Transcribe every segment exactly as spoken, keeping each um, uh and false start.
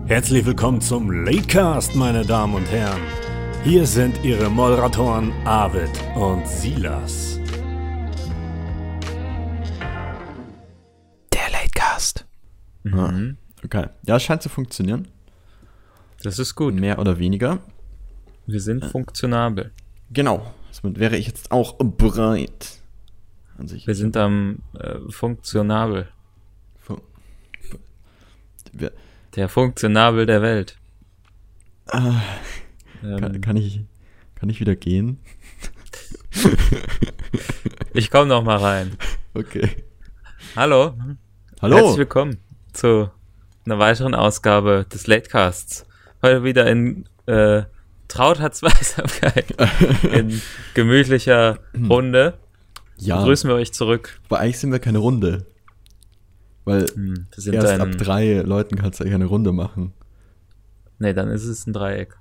Herzlich willkommen zum Latecast, meine Damen und Herren. Hier sind Ihre Moderatoren Arvid und Silas. Der Latecast. Mhm. Okay. Ja, es scheint zu funktionieren. Das ist gut. Mehr oder weniger. Wir sind funktionabel. Genau. Somit wäre ich jetzt auch bereit. An sich Wir sind am äh, funktionabel. Fun- Wir, Der funktionabel der Welt. ah, Ähm, kann, kann, ich, kann ich wieder gehen? ich komme noch mal rein. Okay. Hallo. Hallo. Herzlich willkommen zu einer weiteren Ausgabe des Latecasts. Heute wieder in äh, trauter Zweisamkeit. In gemütlicher Runde. Ja, Begrüßen wir euch zurück. aber eigentlich sind wir keine Runde. Weil Hm, wir sind erst ein, ab drei Leuten kannst du eigentlich eine Runde machen. Nee, dann ist es ein Dreieck.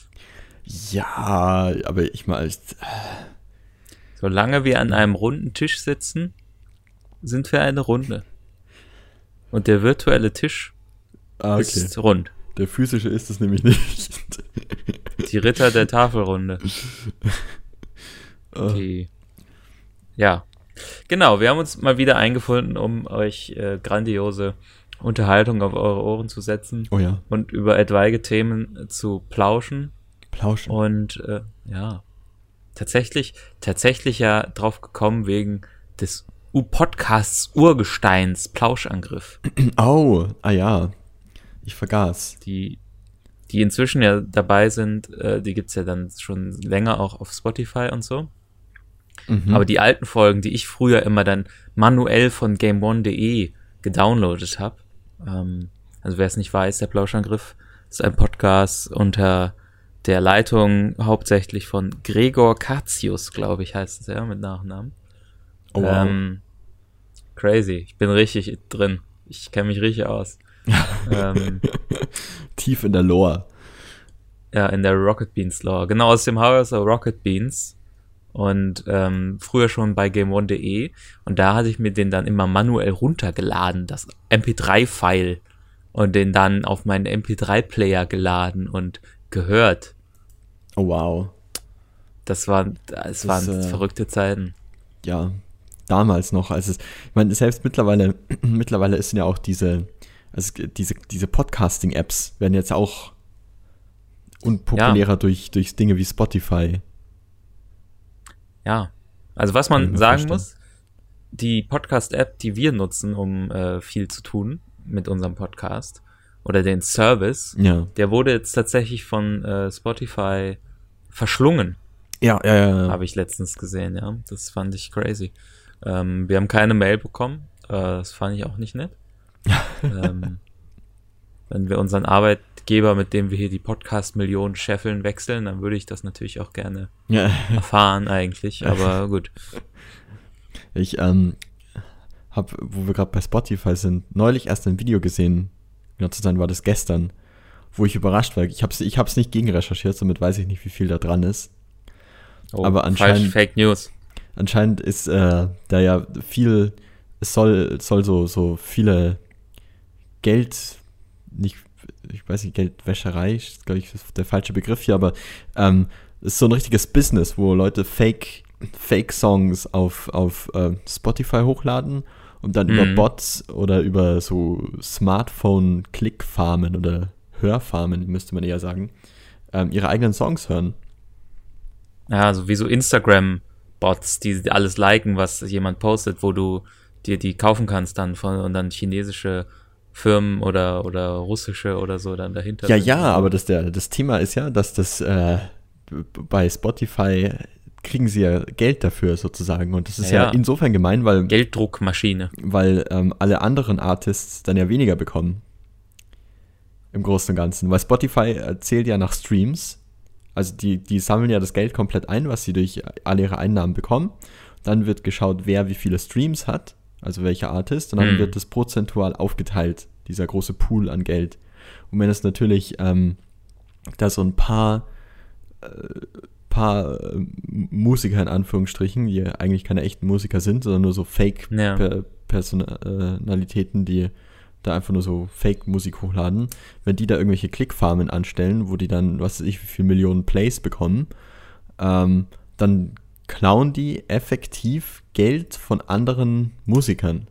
Ja, aber ich mal, ich, Solange wir an einem runden Tisch sitzen, sind wir eine Runde. Und der virtuelle Tisch ah, okay. ist rund. Der physische ist es nämlich nicht. Die Ritter der Tafelrunde. Ah. Die, ja, genau. Wir haben uns mal wieder eingefunden, um euch äh, grandiose Unterhaltung auf eure Ohren zu setzen Oh ja, und über etwaige Themen äh, zu plauschen. Plauschen. Und äh, ja, tatsächlich, tatsächlich ja drauf gekommen wegen des U-Podcasts Urgesteins Plauschangriff, Oh, ah ja, ich vergaß. die die inzwischen ja dabei sind. Äh, die gibt's ja dann schon länger auch auf Spotify und so. Mhm. Aber die alten Folgen, die ich früher immer dann manuell von game one punkt de gedownloadet habe, ähm, also wer es nicht weiß, der Plauschangriff ist ein Podcast unter der Leitung hauptsächlich von Gregor Katius, glaube ich, heißt es ja, mit Nachnamen. Oh, wow. Ähm, crazy, ich bin richtig drin. Ich kenne mich richtig aus. ähm, Tief in der Lore. ja, in der Rocket Beans Lore. Genau, aus dem Haus der Rocket Beans. Und ähm, früher schon bei game one punkt de. Und da hatte ich mir den dann immer manuell runtergeladen, das M P drei File. Und den dann auf meinen M P drei Player geladen und gehört. Oh wow. Das waren, das, Das, waren äh, verrückte Zeiten. Ja, damals noch, als es, ich meine, selbst mittlerweile, mittlerweile sind ja auch diese, also diese, diese Podcasting-Apps werden jetzt auch unpopulärer Ja. durch, durch Dinge wie Spotify. Ja. Also was Kann ich man mir sagen vorstellen. muss, die Podcast-App, die wir nutzen, um äh, viel zu tun mit unserem Podcast, oder den Service, Ja. der wurde jetzt tatsächlich von äh, Spotify verschlungen, Ja, ja, ja. ja. habe ich letztens gesehen, ja. Das fand ich crazy. Ähm, wir haben keine Mail bekommen, äh, das fand ich auch nicht nett. ähm, wenn wir unseren Arbeitgeber, mit dem wir hier die Podcast-Millionen scheffeln, wechseln, dann würde ich das natürlich auch gerne ja. erfahren eigentlich, aber gut. Ich ähm, habe, wo wir gerade bei Spotify sind, neulich erst ein Video gesehen, genau zu sein, war das gestern, wo ich überrascht war. Ich habe es ich hab's nicht gegenrecherchiert, somit weiß ich nicht, wie viel da dran ist. Oh, Aber anscheinend- falsch, Fake News. Anscheinend ist äh, da ja viel, es soll, es soll so, so viele Geld, nicht, ich weiß nicht, Geldwäscherei, ist glaube ich der falsche Begriff hier, aber ähm, es ist so ein richtiges Business, wo Leute Fake, Fake-Songs auf, auf äh, Spotify hochladen und dann Mhm. über Bots oder über so Smartphone-Klickfarmen oder Hörfarmen, müsste man eher sagen, ähm, ihre eigenen Songs hören. Ja, so wie so Instagram-Bots, die alles liken, was jemand postet, wo du dir die kaufen kannst dann von und dann chinesische Firmen oder oder russische oder so dann dahinter Ja, sind. ja, aber das, der, das Thema ist ja, dass das äh, bei Spotify kriegen sie ja Geld dafür sozusagen. Und das ist Ja, ja, ja. insofern gemein, weil, Gelddruckmaschine. weil ähm, alle anderen Artists dann ja weniger bekommen. Im Großen und Ganzen. Weil Spotify äh, zählt ja nach Streams. Also die, die sammeln ja das Geld komplett ein, was sie durch alle ihre Einnahmen bekommen. Dann wird geschaut, wer wie viele Streams hat, also welcher Artist. Und dann Hm. wird das prozentual aufgeteilt, dieser große Pool an Geld. Und wenn es natürlich ähm, da so ein paar, äh, paar äh, Musiker in Anführungsstrichen, die eigentlich keine echten Musiker sind, sondern nur so Ja. Fake-Personalitäten, die da einfach nur so Fake-Musik hochladen, wenn die da irgendwelche Klickfarmen anstellen, wo die dann, was weiß ich, wie viele Millionen Plays bekommen, ähm, dann klauen die effektiv Geld von anderen Musikern.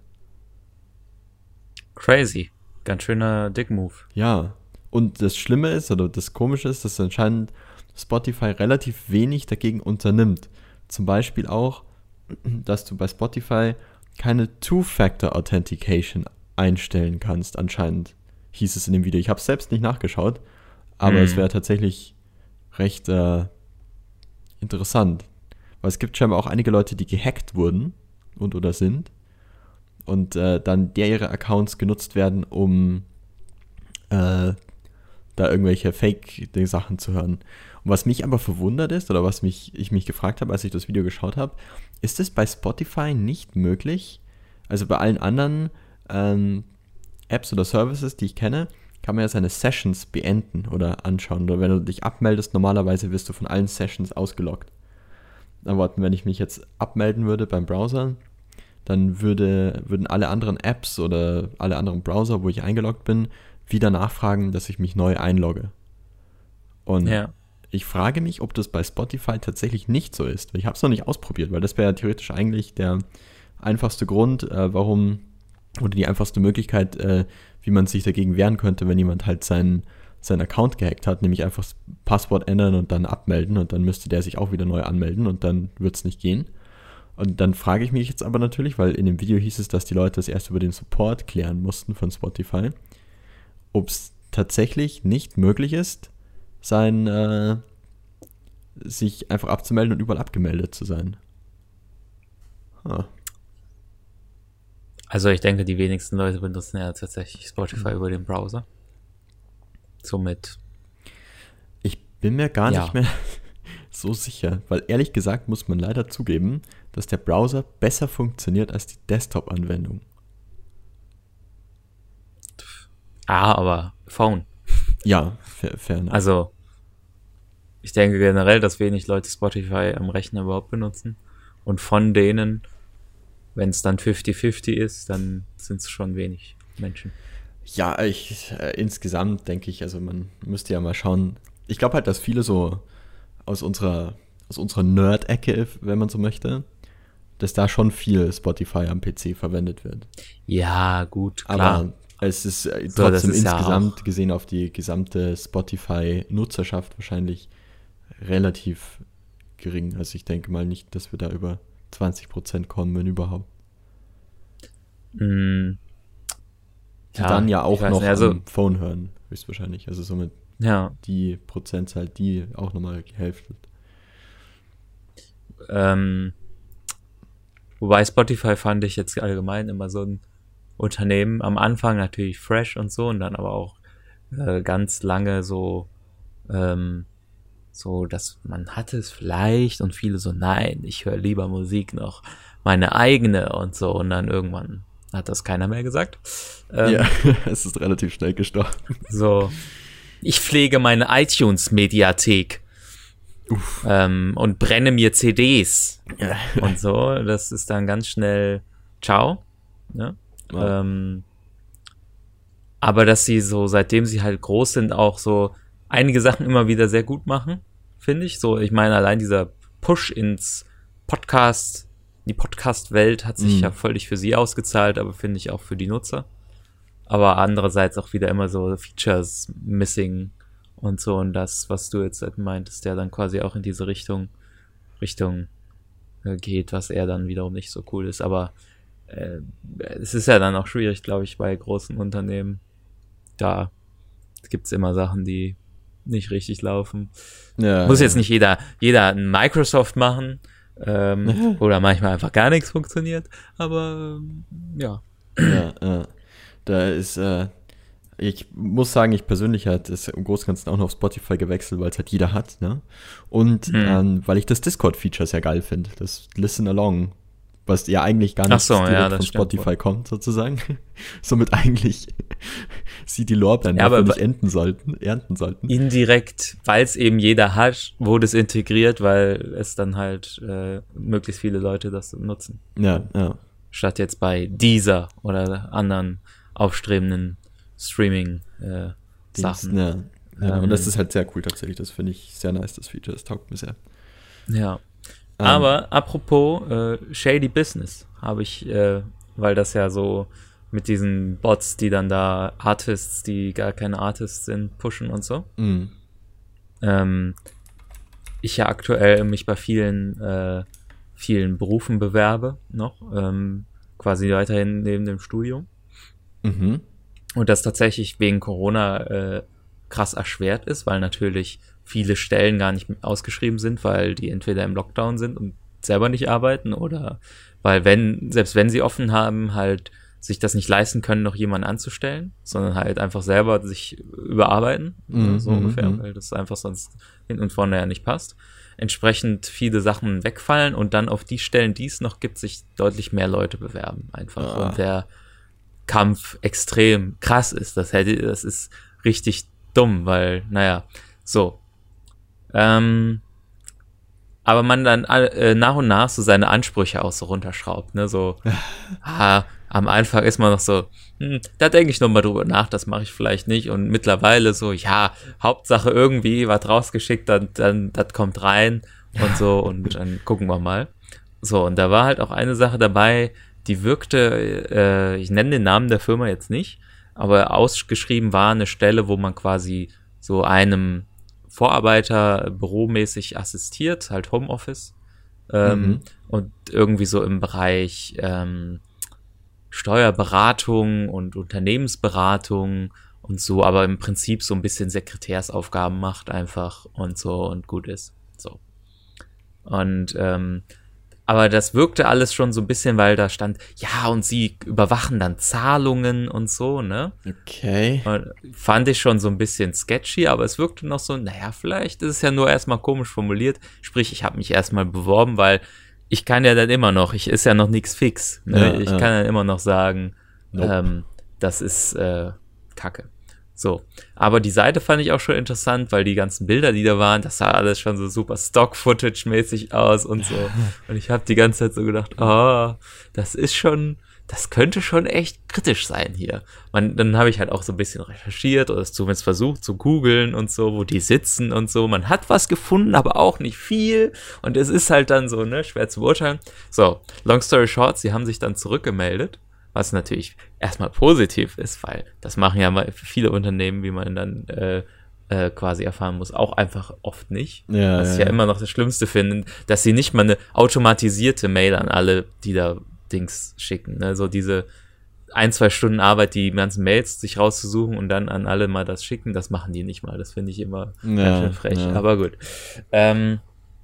Crazy. Ganz schöner Dick-Move. Ja, und das Schlimme ist, oder das Komische ist, dass anscheinend Spotify relativ wenig dagegen unternimmt. Zum Beispiel auch, dass du bei Spotify keine Two-Factor-Authentication einstellen kannst, anscheinend, hieß es in dem Video. Ich habe es selbst nicht nachgeschaut, aber hm. es wäre tatsächlich recht äh, interessant. Weil es gibt scheinbar auch einige Leute, die gehackt wurden und oder sind und äh, dann der ihre Accounts genutzt werden, um äh, da irgendwelche Fake-Sachen zu hören. Und was mich aber verwundert ist, oder was mich ich mich gefragt habe, als ich das Video geschaut habe, ist es bei Spotify nicht möglich, also bei allen anderen ähm, Apps oder Services, die ich kenne, kann man ja seine Sessions beenden oder anschauen. Oder wenn du dich abmeldest, normalerweise wirst du von allen Sessions ausgeloggt. Aber wenn ich mich jetzt abmelden würde beim Browser, dann würde, würden alle anderen Apps oder alle anderen Browser, wo ich eingeloggt bin, wieder nachfragen, dass ich mich neu einlogge. Und ja. ich frage mich, ob das bei Spotify tatsächlich nicht so ist. Ich habe es noch nicht ausprobiert, weil das wäre ja theoretisch eigentlich der einfachste Grund, äh, warum, oder die einfachste Möglichkeit, äh, wie man sich dagegen wehren könnte, wenn jemand halt seinen, seinen Account gehackt hat, nämlich einfach das Passwort ändern und dann abmelden und dann müsste der sich auch wieder neu anmelden und dann wird es nicht gehen. Und dann frage ich mich jetzt aber natürlich, weil in dem Video hieß es, dass die Leute das erst über den Support klären mussten von Spotify, ob es tatsächlich nicht möglich ist, sein, äh, sich einfach abzumelden und überall abgemeldet zu sein. Huh. Also ich denke, die wenigsten Leute benutzen ja tatsächlich Spotify mhm. über den Browser. Somit. Ich bin mir gar ja. nicht mehr so sicher, weil ehrlich gesagt muss man leider zugeben, dass der Browser besser funktioniert als die Desktop-Anwendung. Ah, aber Phone. Ja, fair, fair enough. Also, ich denke generell, dass wenig Leute Spotify am Rechner überhaupt benutzen. Und von denen, wenn es dann fifty fifty ist, dann sind es schon wenig Menschen. Ja, ich äh, insgesamt denke ich, also man müsste ja mal schauen. Ich glaube halt, dass viele so aus unserer, aus unserer Nerd-Ecke, wenn man so möchte, dass da schon viel Spotify am P C verwendet wird. Ja, gut, klar. Aber es ist äh, So, trotzdem das ist ja insgesamt auch- gesehen auf die gesamte Spotify-Nutzerschaft wahrscheinlich relativ gering. Also ich denke mal nicht, dass wir da über zwanzig Prozent kommen, wenn überhaupt. Mm, Die Ja, dann ja ich auch weiß noch nicht, also- am Phone hören, höchstwahrscheinlich. Also somit ja, die Prozentzahl, die auch nochmal gehälftet. ähm, wobei Spotify fand ich jetzt allgemein immer so ein Unternehmen, am Anfang natürlich fresh und so und dann aber auch äh, ganz lange so, ähm, so, dass man hatte es vielleicht und viele so, nein, ich höre lieber Musik noch, meine eigene und so und dann irgendwann hat das keiner mehr gesagt. Ähm, Ja, es ist relativ schnell gestorben. So, ich pflege meine iTunes-Mediathek ähm, und brenne mir C Ds und so. Das ist dann ganz schnell ciao. Ne? Ja. Ähm, aber dass sie so, seitdem sie halt groß sind, auch so einige Sachen immer wieder sehr gut machen, finde ich. So, ich meine, allein dieser Push ins Podcast, die Podcast-Welt hat sich Mhm. ja völlig für sie ausgezahlt, aber finde ich auch für die Nutzer. Aber andererseits auch wieder immer so Features missing und so und das, was du jetzt halt meintest, der dann quasi auch in diese Richtung Richtung äh, geht, was er dann wiederum nicht so cool ist. Aber äh, es ist ja dann auch schwierig, glaube ich, bei großen Unternehmen. Da gibt's immer Sachen, die nicht richtig laufen. Ja, Muss jetzt ja. nicht jeder, jeder ein Microsoft machen ähm, oder manchmal einfach gar nichts funktioniert, aber ähm, ja. Ja, ja. Da ist, äh, ich muss sagen, ich persönlich halt ist im Großen und Ganzen auch noch auf Spotify gewechselt, weil es halt jeder hat, ne? Und Mhm. ähm, weil ich das Discord-Feature sehr geil finde, das Listen Along, was ja eigentlich gar Ach nicht so, ja, direkt das von stimmt Spotify kommt, sozusagen. Somit eigentlich sie die Lorbeeren Ja, dafür aber nicht bei- ernten sollten, ernten sollten. Indirekt, weil es eben jeder hat, wurde es integriert, weil es dann halt äh, möglichst viele Leute das nutzen. Ja, ja. Statt jetzt bei Deezer oder anderen aufstrebenden Streaming-Sachen. Ja. Ja, Ähm, und das ist halt sehr cool tatsächlich. Das finde ich sehr nice, das Feature. Das taugt mir sehr. Ja. Ähm, Aber apropos äh, Shady Business habe ich, äh, weil das ja so mit diesen Bots, die dann da Artists, die gar keine Artists sind, pushen und so. mh. Ähm, ich ja aktuell mich bei vielen, äh, vielen Berufen bewerbe noch, ähm, quasi weiterhin neben dem Studium. Mhm. Und das tatsächlich wegen Corona äh, krass erschwert ist, weil natürlich viele Stellen gar nicht ausgeschrieben sind, weil die entweder im Lockdown sind und selber nicht arbeiten oder weil wenn, selbst wenn sie offen haben, halt sich das nicht leisten können, noch jemanden anzustellen, sondern halt einfach selber sich überarbeiten, Mhm, so mhm, ungefähr, mhm. weil das einfach sonst hin und vorne ja nicht passt. Entsprechend viele Sachen wegfallen und dann auf die Stellen, die es noch gibt, sich deutlich mehr Leute bewerben einfach. Ah. Und der Kampf extrem krass ist. Das hätte, das ist richtig dumm, weil, naja, so. Ähm, aber man dann äh, nach und nach so seine Ansprüche auch so runterschraubt, ne, so, ah, am Anfang ist man noch so, hm, da denke ich nochmal drüber nach, das mache ich vielleicht nicht und mittlerweile so, ja, Hauptsache irgendwie was rausgeschickt, dann, dann, das kommt rein und so und dann gucken wir mal. So, und da war halt auch eine Sache dabei, die wirkte, äh, ich nenne den Namen der Firma jetzt nicht, aber ausgeschrieben war eine Stelle, wo man quasi so einem Vorarbeiter büromäßig assistiert, halt Homeoffice, ähm, Mhm. und irgendwie so im Bereich ähm, Steuerberatung und Unternehmensberatung und so, aber im Prinzip so ein bisschen Sekretärsaufgaben macht einfach und so und gut ist. So. Und ähm, aber das wirkte alles schon so ein bisschen, weil da stand, ja, und sie überwachen dann Zahlungen und so, ne? Okay. Und fand ich schon so ein bisschen sketchy, aber es wirkte noch so, naja, vielleicht ist es ja nur erstmal komisch formuliert. Sprich, ich habe mich erstmal beworben, weil ich kann ja dann immer noch, ich ist ja noch nichts fix. Ne? Ja, ich ja. kann dann immer noch sagen, Nope. ähm, das ist äh, Kacke. So, aber die Seite fand ich auch schon interessant, weil die ganzen Bilder, die da waren, das sah alles schon so super Stock-Footage-mäßig aus und so. Und ich habe die ganze Zeit so gedacht, oh, das ist schon, das könnte schon echt kritisch sein hier. Man, dann habe ich halt auch so ein bisschen recherchiert oder es zumindest versucht zu googeln und so, wo die sitzen und so. Man hat was gefunden, aber auch nicht viel. Und es ist halt dann so, ne, schwer zu beurteilen. So, long story short, sie haben sich dann zurückgemeldet. Was natürlich erstmal positiv ist, weil das machen ja mal viele Unternehmen, wie man dann äh, äh, quasi erfahren muss, auch einfach oft nicht. Ja, Was ja, ich ja ja. immer noch das Schlimmste finde, dass sie nicht mal eine automatisierte Mail an alle, die da Dings schicken. Ne? So diese ein, zwei Stunden Arbeit, die ganzen Mails sich rauszusuchen und dann an alle mal das schicken, das machen die nicht mal. Das finde ich immer Ja, ganz schön frech. ja. Aber gut. Ähm,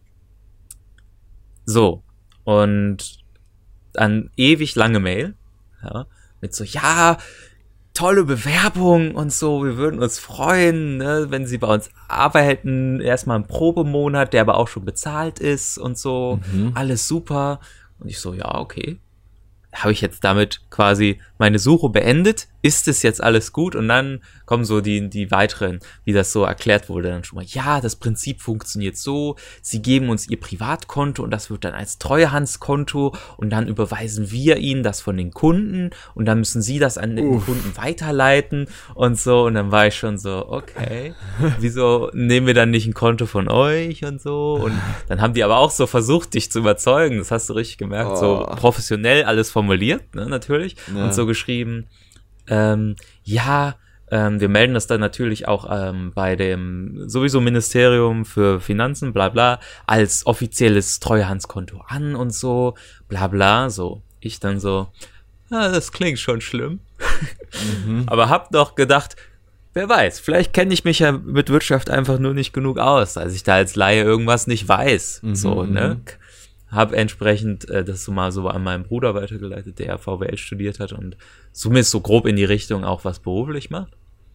so. Und dann ewig lange Mail. Ja, mit so, ja, tolle Bewerbung und so, wir würden uns freuen, ne, wenn sie bei uns arbeiten, erstmal einen Probemonat, der aber auch schon bezahlt ist und so, Mhm. alles super. Und ich so, ja, okay. Habe ich jetzt damit quasi meine Suche beendet? Ist es jetzt alles gut? Und dann kommen so die, die weiteren, wie das so erklärt wurde, dann schon mal, ja, das Prinzip funktioniert so, sie geben uns ihr Privatkonto und das wird dann als Treuhandskonto und dann überweisen wir ihnen das von den Kunden und dann müssen sie das an den Uff. Kunden weiterleiten und so. Und dann war ich schon so, okay, wieso nehmen wir dann nicht ein Konto von euch und so? Und dann haben die aber auch so versucht, dich zu überzeugen, das hast du richtig gemerkt, so Oh. professionell alles formuliert, ne, natürlich, Ja. und so geschrieben, ähm, ja, ähm, wir melden das dann natürlich auch ähm, bei dem sowieso Ministerium für Finanzen, bla bla, als offizielles Treuhandskonto an und so, bla bla, so. Ich dann so, ah, das klingt schon schlimm. Mhm. Aber hab doch gedacht, wer weiß, vielleicht kenne ich mich ja mit Wirtschaft einfach nur nicht genug aus, als ich da als Laie irgendwas nicht weiß. Mhm, so, ne? mhm. Hab entsprechend äh, das so mal so an meinen Bruder weitergeleitet, der V W L studiert hat und zumindest so grob in die Richtung auch was beruflich macht.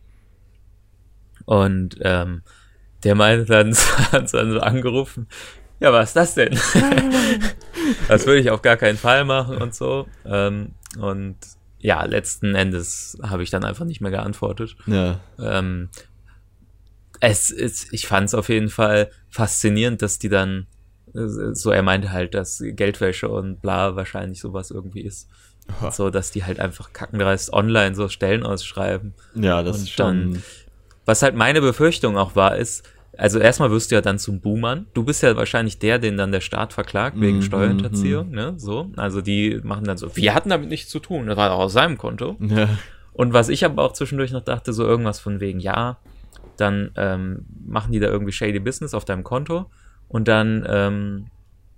Und ähm, der meinte dann, hat dann so angerufen, ja, was ist das denn? Das würde ich auf gar keinen Fall machen und so. Ähm, und ja, letzten Endes habe ich dann einfach nicht mehr geantwortet. Ja. Ähm, es ist, ich fand es auf jeden Fall faszinierend, dass die dann, äh, so er meinte halt, dass Geldwäsche und bla wahrscheinlich sowas irgendwie ist. Oh. So, dass die halt einfach kackendreist online so Stellen ausschreiben. Ja, das Und ist schon... dann, was halt meine Befürchtung auch war, ist, also erstmal wirst du ja dann zum Boomern. Du bist ja wahrscheinlich der, den dann der Staat verklagt wegen Mhm, Steuerhinterziehung, ne, so. Also die machen dann so, wir hatten damit nichts zu tun, das war auch aus seinem Konto. Ja. Und was ich aber auch zwischendurch noch dachte, so irgendwas von wegen, ja, dann ähm, machen die da irgendwie shady Business auf deinem Konto und dann ähm,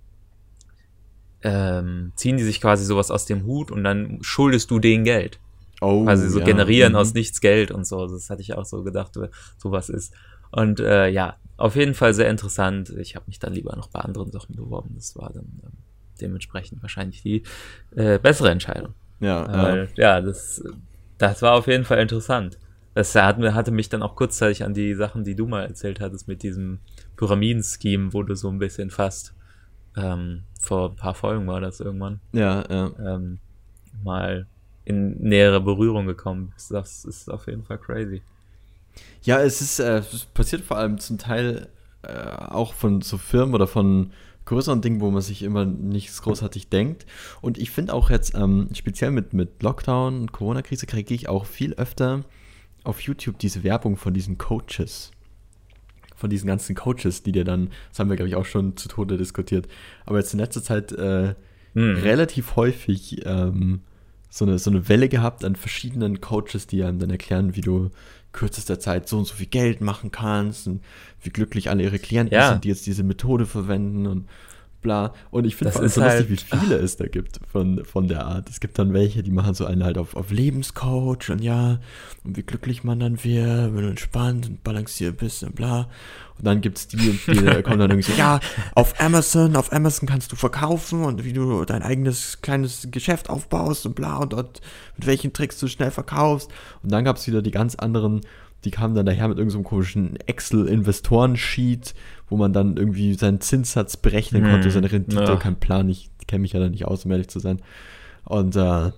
ähm, ziehen die sich quasi sowas aus dem Hut und dann schuldest du denen Geld. Oh, Quasi so ja. generieren Mhm. aus nichts Geld und so. Das hatte ich auch so gedacht, sowas ist. Und äh, ja, auf jeden Fall sehr interessant. Ich habe mich dann lieber noch bei anderen Sachen beworben. Das war dann ähm, dementsprechend wahrscheinlich die äh, bessere Entscheidung. Ja, Weil, ja, das, das war auf jeden Fall interessant. Das hat, hatte mich dann auch kurzzeitig an die Sachen, die du mal erzählt hattest, mit diesem Pyramiden-Scheme, wo du so ein bisschen fast ähm, vor ein paar Folgen war das irgendwann, ja, ja. ähm, mal in nähere Berührung gekommen bist. Das ist auf jeden Fall crazy. Ja, es ist, äh, es passiert vor allem zum Teil äh, auch von so Firmen oder von größeren Dingen, wo man sich immer nichts großartig denkt. Und ich finde auch jetzt, ähm, speziell mit, mit Lockdown und Corona-Krise, kriege ich auch viel öfter auf YouTube diese Werbung von diesen Coaches. Von diesen ganzen Coaches, die dir dann, das haben wir, glaube ich, auch schon zu Tode diskutiert, aber jetzt in letzter Zeit äh, Hm. relativ häufig ähm, so eine, so eine Welle gehabt an verschiedenen Coaches, die einem dann erklären, wie du kürzester Zeit so und so viel Geld machen kannst und wie glücklich alle ihre Klienten Ja. sind, die jetzt diese Methode verwenden und bla. Und ich finde Das vor allem ist so lustig, halt- wie viele es da gibt von, von der Art. Es gibt dann welche, die machen so einen halt auf, auf Lebenscoach und ja, und wie glücklich man dann wird, wenn du entspannt und balanciert bist und bla. Und dann gibt's die und die, da kommen dann irgendwie so, ja, auf Amazon, auf Amazon kannst du verkaufen und wie du dein eigenes kleines Geschäft aufbaust und bla und dort mit welchen Tricks du schnell verkaufst. Und dann gab's wieder die ganz anderen, die kamen dann daher mit irgendeinem so komischen Excel-Investoren-Sheet, wo man dann irgendwie seinen Zinssatz berechnen Hm, konnte, seine Rendite, ja. kein Plan, ich kenne mich ja da nicht aus, um ehrlich zu sein. Und äh,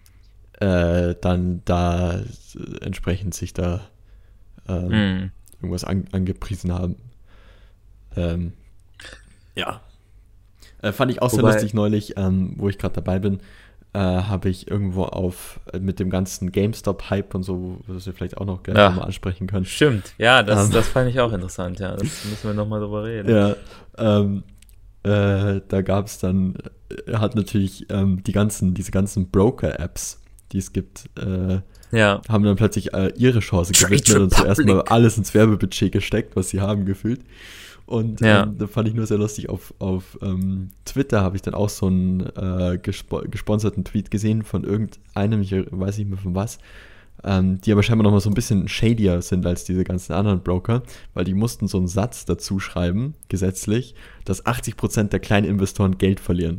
äh, dann da äh, entsprechend sich da ähm, Hm. irgendwas an, angepriesen haben. Ähm, ja. Äh, fand ich auch sehr Wobei- lustig neulich, ähm, wo ich gerade dabei bin, äh, habe ich irgendwo auf, äh, mit dem ganzen GameStop-Hype und so, was wir vielleicht auch noch gerne Ja. mal ansprechen können. Stimmt, ja, das, Ähm. das fand ich auch interessant, ja. Das müssen wir nochmal drüber reden. Ja, ähm, äh, da gab es dann, er hat natürlich ähm, die ganzen, diese ganzen Broker-Apps, die es gibt, äh, Ja, haben dann plötzlich äh, ihre Chance Trade gewidmet und zuerst mal Republic. alles ins Werbebudget gesteckt, was sie haben, gefühlt. Und Ja. ähm, da fand ich nur sehr lustig, auf, auf ähm, Twitter habe ich dann auch so einen äh, gespo gesponserten Tweet gesehen von irgendeinem, ich weiß nicht mehr von was, ähm, die aber scheinbar nochmal so ein bisschen shadier sind als diese ganzen anderen Broker, weil die mussten so einen Satz dazu schreiben, gesetzlich, dass achtzig Prozent der kleinen Investoren Geld verlieren.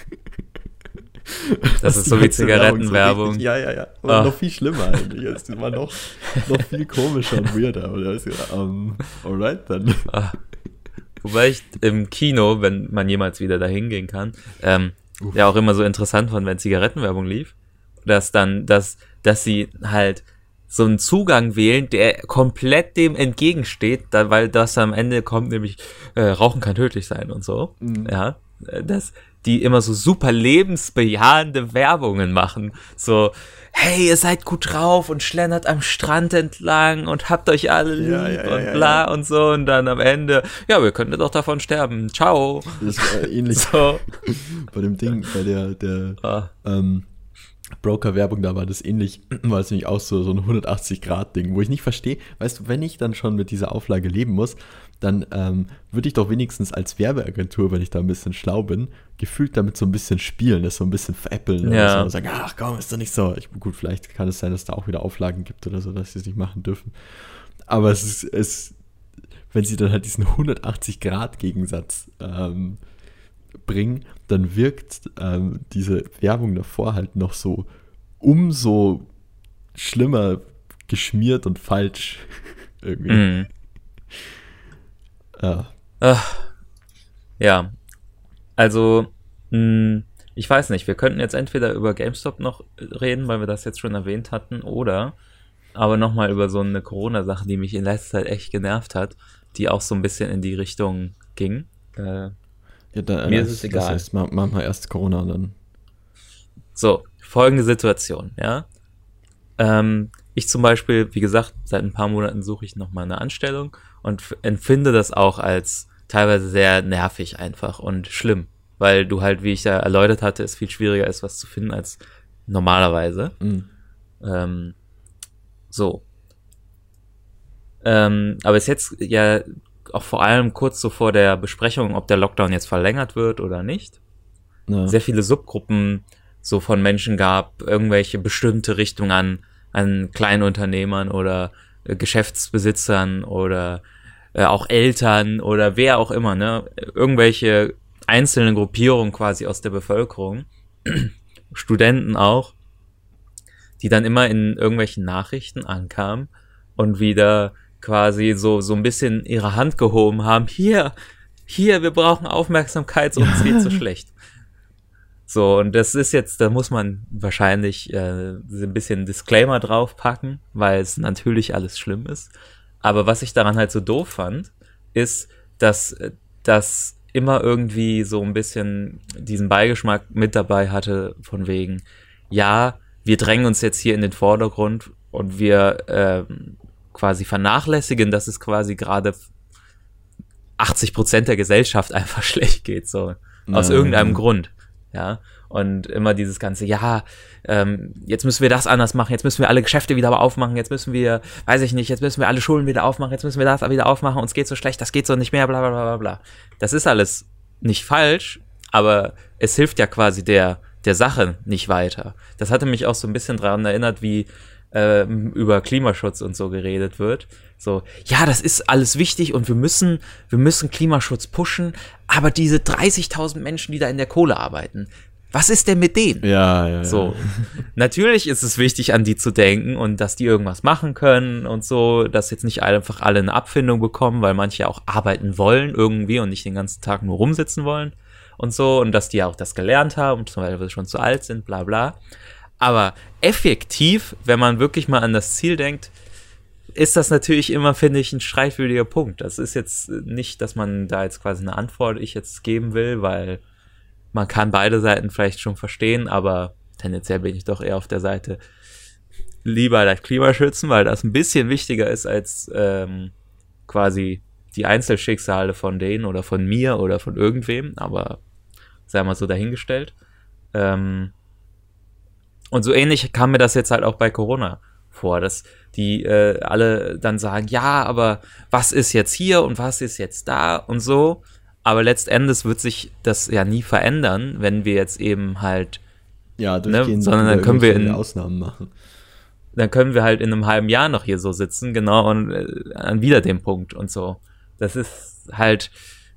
das ist so wie Zigarettenwerbung. richtig- Ja, ja, ja. War Ah. noch viel schlimmer eigentlich. Es war noch, noch viel komischer und weirder. Und da ist ja, um, alright dann. Ah. Wobei ich im Kino, wenn man jemals wieder dahin gehen kann, ähm, Uff. ja auch immer so interessant fand, wenn Zigarettenwerbung lief, dass dann, dass, dass sie halt so einen Zugang wählen, der komplett dem entgegensteht, da, weil das am Ende kommt, nämlich äh, Rauchen kann tödlich sein und so. Mhm. Ja, äh, dass die immer so super lebensbejahende Werbungen machen. So, hey, ihr seid gut drauf und schlendert am Strand entlang und habt euch alle lieb Ja, ja, ja, und ja, bla und so. Und dann am Ende, ja, wir könnten doch davon sterben. Ciao. Das war ähnlich So. bei dem Ding, bei der, der Ah, ähm, Broker-Werbung, da war das ähnlich, war es nämlich auch so, so ein hundertachtzig-Grad-Ding, wo ich nicht verstehe, weißt du, wenn ich dann schon mit dieser Auflage leben muss, dann ähm, würde ich doch wenigstens als Werbeagentur, wenn ich da ein bisschen schlau bin, gefühlt damit so ein bisschen spielen, das so ein bisschen veräppeln Ja. oder so, und sagen, ach komm, ist doch nicht so. Ich, gut, vielleicht kann es sein, dass da auch wieder Auflagen gibt oder so, dass sie es nicht machen dürfen. Aber es ist, es, wenn sie dann halt diesen hundertachtzig-Grad-Gegensatz ähm, bringen, dann wirkt ähm, diese Werbung davor halt noch so umso schlimmer geschmiert und falsch irgendwie. mhm. Ja. Ach, ja, also, mh, ich weiß nicht, wir könnten jetzt entweder über GameStop noch reden, weil wir das jetzt schon erwähnt hatten, oder aber nochmal über so eine Corona-Sache, die mich in letzter Zeit echt genervt hat, die auch so ein bisschen in die Richtung ging. Äh, Ja, da, Mir das, ist es egal. Das heißt, ma- machen wir erst Corona und dann. so, folgende Situation, ja. Ähm, ich zum Beispiel, wie gesagt, seit ein paar Monaten suche ich nochmal eine Anstellung und f- empfinde das auch als teilweise sehr nervig einfach und schlimm, weil du halt, wie ich ja erläutert hatte, es viel schwieriger ist, was zu finden als normalerweise. Mhm. Ähm, so. Ähm, aber es ist jetzt ja auch vor allem kurz so vor der Besprechung, ob der Lockdown jetzt verlängert wird oder nicht, Ja. sehr viele Subgruppen so von Menschen gab, irgendwelche bestimmte Richtungen an, an Kleinunternehmern oder äh, Geschäftsbesitzern oder äh, auch Eltern oder wer auch immer, ne, irgendwelche einzelnen Gruppierungen quasi aus der Bevölkerung, Studenten auch, die dann immer in irgendwelchen Nachrichten ankamen und wieder quasi so so ein bisschen ihre Hand gehoben haben, hier, hier, wir brauchen Aufmerksamkeit, uns geht's so schlecht. So, und das ist jetzt, da muss man wahrscheinlich äh, so ein bisschen Disclaimer draufpacken, weil es natürlich alles schlimm ist. Aber was ich daran halt so doof fand, ist, dass das immer irgendwie so ein bisschen diesen Beigeschmack mit dabei hatte, von wegen, ja, wir drängen uns jetzt hier in den Vordergrund und wir ähm, quasi vernachlässigen, dass es quasi gerade achtzig Prozent der Gesellschaft einfach schlecht geht, so, aus Ja, irgendeinem ja. Grund. Ja, und immer dieses ganze, ja, ähm, jetzt müssen wir das anders machen, jetzt müssen wir alle Geschäfte wieder aufmachen, jetzt müssen wir, weiß ich nicht, jetzt müssen wir alle Schulen wieder aufmachen, jetzt müssen wir das wieder aufmachen, uns geht so schlecht, das geht so nicht mehr, bla bla bla bla bla. Das ist alles nicht falsch, aber es hilft ja quasi der, der Sache nicht weiter. Das hatte mich auch so ein bisschen daran erinnert, wie ähm, über Klimaschutz und so geredet wird. So, ja, das ist alles wichtig und wir müssen, wir müssen Klimaschutz pushen, aber diese dreißigtausend Menschen, die da in der Kohle arbeiten, was ist denn mit denen? Ja, ja, ja. So, natürlich ist es wichtig, an die zu denken und dass die irgendwas machen können und so, dass jetzt nicht einfach alle eine Abfindung bekommen, weil manche auch arbeiten wollen irgendwie und nicht den ganzen Tag nur rumsitzen wollen und so, und dass die auch das gelernt haben, zum Beispiel schon zu alt sind, bla bla. Aber effektiv, wenn man wirklich mal an das Ziel denkt, ist das natürlich immer, finde ich, ein streitwürdiger Punkt. Das ist jetzt nicht, dass man da jetzt quasi eine Antwort ich jetzt geben will, weil man kann beide Seiten vielleicht schon verstehen, aber tendenziell bin ich doch eher auf der Seite lieber das Klima schützen, weil das ein bisschen wichtiger ist als ähm, quasi die Einzelschicksale von denen oder von mir oder von irgendwem, aber sei mal so dahingestellt. Ähm, und so ähnlich kam mir das jetzt halt auch bei Corona vor, dass die äh, alle dann sagen, ja, aber was ist jetzt hier und was ist jetzt da und so. Aber letztendlich wird sich das ja nie verändern, wenn wir jetzt eben halt, Ja, ne, durchgehend sondern dann wieder können wir irgendwelche in, Ausnahmen machen. dann können wir halt in einem halben Jahr noch hier so sitzen, genau, und äh, an wieder dem Punkt und so. Das ist halt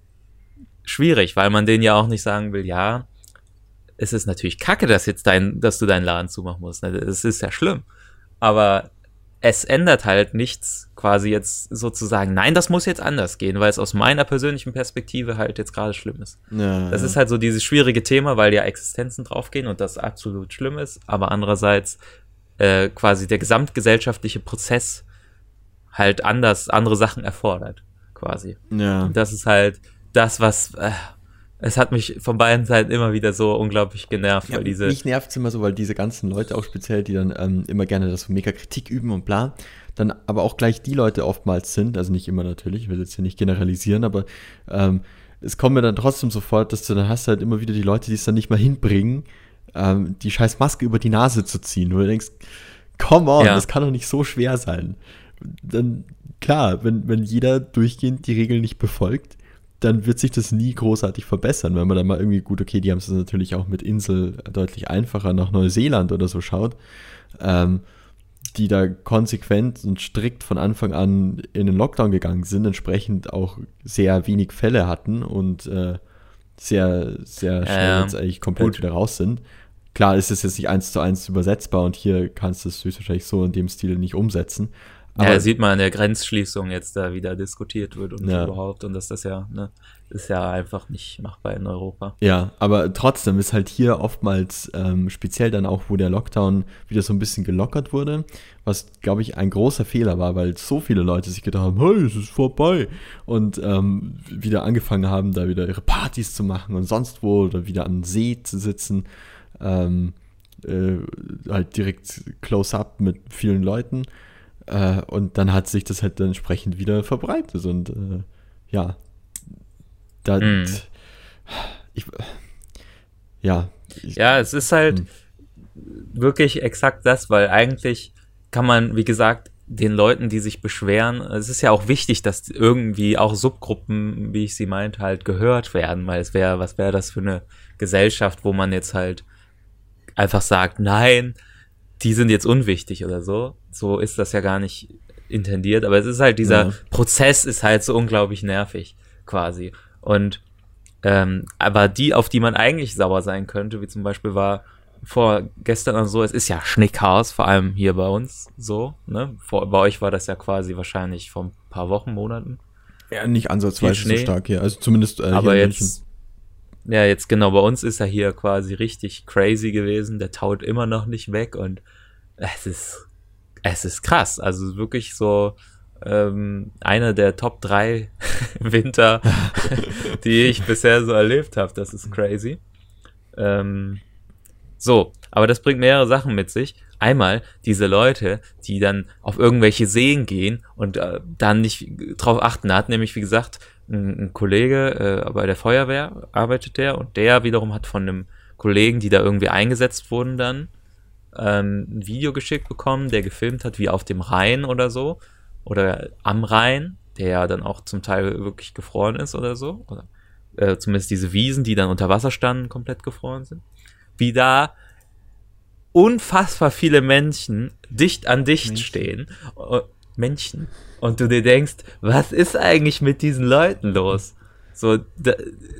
schwierig, weil man denen ja auch nicht sagen will, ja, es ist natürlich kacke, dass jetzt dein, dass du deinen Laden zumachen musst. Ne? Das ist ja schlimm. Aber es ändert halt nichts, quasi jetzt sozusagen, nein, das muss jetzt anders gehen, weil es aus meiner persönlichen Perspektive halt jetzt gerade schlimm ist. Ja, Das ja. ist halt so dieses schwierige Thema, weil ja Existenzen draufgehen und das absolut schlimm ist, aber andererseits äh, quasi der gesamtgesellschaftliche Prozess halt anders, andere Sachen erfordert, quasi. Ja. Und das ist halt das, was, äh, es hat mich von beiden Seiten immer wieder so unglaublich genervt, Ja, weil diese, mich nervt es immer so, weil diese ganzen Leute auch speziell, die dann ähm, immer gerne das so mega Kritik üben und bla, dann aber auch gleich die Leute oftmals sind, also nicht immer natürlich, ich will jetzt hier nicht generalisieren, aber ähm, es kommt mir dann trotzdem sofort, dass du dann hast halt immer wieder die Leute, die es dann nicht mal hinbringen, ähm, die scheiß Maske über die Nase zu ziehen, wo du denkst, come on, Ja. das kann doch nicht so schwer sein. Dann, klar, wenn, wenn jeder durchgehend die Regeln nicht befolgt, dann wird sich das nie großartig verbessern, wenn man dann mal irgendwie, gut, okay, die haben es natürlich auch mit Insel deutlich einfacher, nach Neuseeland oder so schaut, ähm, die da konsequent und strikt von Anfang an in den Lockdown gegangen sind, entsprechend auch sehr wenig Fälle hatten und äh, sehr, sehr schnell Ja, jetzt eigentlich komplett gut. wieder raus sind. Klar ist es jetzt nicht eins zu eins übersetzbar und hier kannst du es höchstwahrscheinlich so in dem Stil nicht umsetzen. ja, da sieht man an der Grenzschließung jetzt da wieder diskutiert wird und Ja. überhaupt, und dass das ja, ne, ist ja einfach nicht machbar in Europa. Ja, aber trotzdem ist halt hier oftmals ähm, speziell dann auch, wo der Lockdown wieder so ein bisschen gelockert wurde, was, glaube ich, ein großer Fehler war, weil so viele Leute sich gedacht haben, hey, es ist vorbei, und ähm, wieder angefangen haben, da wieder ihre Partys zu machen und sonst wo oder wieder am See zu sitzen. Ähm, äh, halt direkt close-up mit vielen Leuten. Äh, und dann hat sich das halt dann entsprechend wieder verbreitet. Und äh, ja, da, mm. ich, ja. Ich, ja, es ist halt hm. wirklich exakt das, weil eigentlich kann man, wie gesagt, den Leuten, die sich beschweren, es ist ja auch wichtig, dass irgendwie auch Subgruppen, wie ich sie meinte, halt gehört werden, weil es wäre, was wäre das für eine Gesellschaft, wo man jetzt halt einfach sagt, nein, die sind jetzt unwichtig oder so. So ist das ja gar nicht intendiert, aber es ist halt dieser ja. Prozess ist halt so unglaublich nervig quasi. Und ähm, aber die, auf die man eigentlich sauer sein könnte, wie zum Beispiel war vor gestern und so, es ist ja Schneechaos, vor allem hier bei uns so, ne? Vor, bei euch war das ja quasi wahrscheinlich vor ein paar Wochen, Monaten. Ja, nicht ansatzweise so stark hier, also zumindest äh, aber hier in jetzt, München. Ja, jetzt genau, bei uns ist er hier quasi richtig crazy gewesen, der taut immer noch nicht weg und es ist, es ist krass, also wirklich so ähm, einer der Top drei Winter, die ich bisher so erlebt habe, das ist crazy. Ähm, So, aber das bringt mehrere Sachen mit sich. Einmal diese Leute, die dann auf irgendwelche Seen gehen und äh, dann nicht drauf achten. Da hat nämlich, wie gesagt, ein, ein Kollege äh, bei der Feuerwehr arbeitet der und der wiederum hat von einem Kollegen, die da irgendwie eingesetzt wurden dann, ähm, ein Video geschickt bekommen, der gefilmt hat, wie auf dem Rhein oder so oder am Rhein, der ja dann auch zum Teil wirklich gefroren ist oder so. Oder äh, zumindest diese Wiesen, die dann unter Wasser standen, komplett gefroren sind. Wie da unfassbar viele Menschen dicht an dicht Menschen. stehen. Uh, Menschen. Und du dir denkst, was ist eigentlich mit diesen Leuten los? So, da,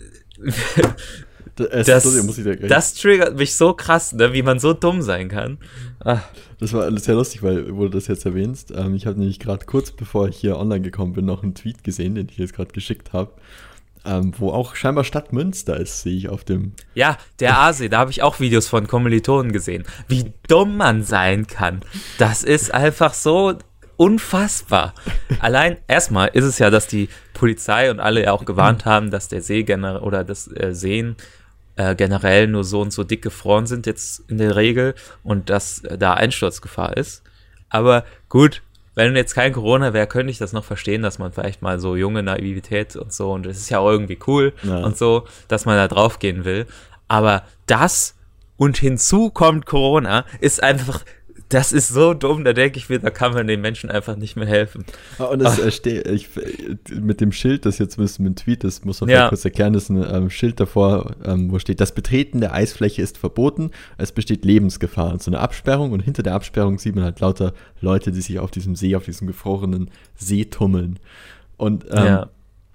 das, das, das triggert mich so krass, ne, wie man so dumm sein kann. Ach. Das war alles sehr lustig, weil, wo du das jetzt erwähnst, ähm, ich habe nämlich gerade kurz bevor ich hier online gekommen bin, noch einen Tweet gesehen, den ich jetzt gerade geschickt habe. Ähm, wo auch scheinbar Stadt Münster ist, sehe ich auf dem... Ja, der Aasee, da habe ich auch Videos von Kommilitonen gesehen. Wie dumm man sein kann. Das ist einfach so unfassbar. Allein, erstmal ist es ja, dass die Polizei und alle ja auch gewarnt haben, dass der See generell oder das äh, Seen äh, generell nur so und so dick gefroren sind jetzt in der Regel und dass äh, da Einsturzgefahr ist. Aber gut, wenn jetzt kein Corona wäre, könnte ich das noch verstehen, dass man vielleicht mal so junge Naivität und so, und es ist ja auch irgendwie cool ja. und so, dass man da drauf gehen will. Aber das und hinzu kommt Corona, ist einfach, das ist so dumm, da denke ich mir, da kann man den Menschen einfach nicht mehr helfen. Und das äh, steht, ich, mit dem Schild, das jetzt zumindest mit dem Tweet, das muss man ja. kurz erklären, das ist ein ähm, Schild davor, ähm, wo steht, das Betreten der Eisfläche ist verboten, es besteht Lebensgefahr. Und so eine Absperrung, und hinter der Absperrung sieht man halt lauter Leute, die sich auf diesem See, auf diesem gefrorenen See tummeln. Und ähm, ja.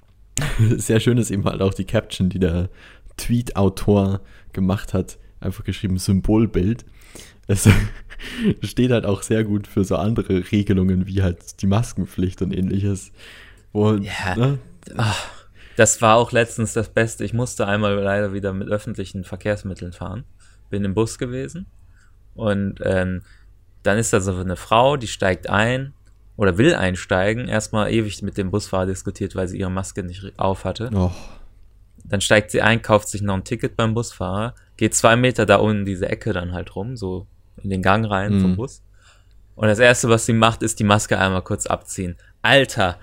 sehr schön ist eben halt auch die Caption, die der Tweet-Autor gemacht hat, einfach geschrieben, Symbolbild. Es steht halt auch sehr gut für so andere Regelungen wie halt die Maskenpflicht und ähnliches. Wo, ja, ne? Ach, das war auch letztens das Beste. Ich musste einmal leider wieder mit öffentlichen Verkehrsmitteln fahren. Bin im Bus gewesen und ähm, dann ist da so eine Frau, die steigt ein oder will einsteigen. Erstmal ewig mit dem Busfahrer diskutiert, weil sie ihre Maske nicht auf hatte. Oh. Dann steigt sie ein, kauft sich noch ein Ticket beim Busfahrer, geht zwei Meter da unten in diese Ecke dann halt rum, so in den Gang rein mm. vom Bus. Und das Erste, was sie macht, ist die Maske einmal kurz abziehen. Alter,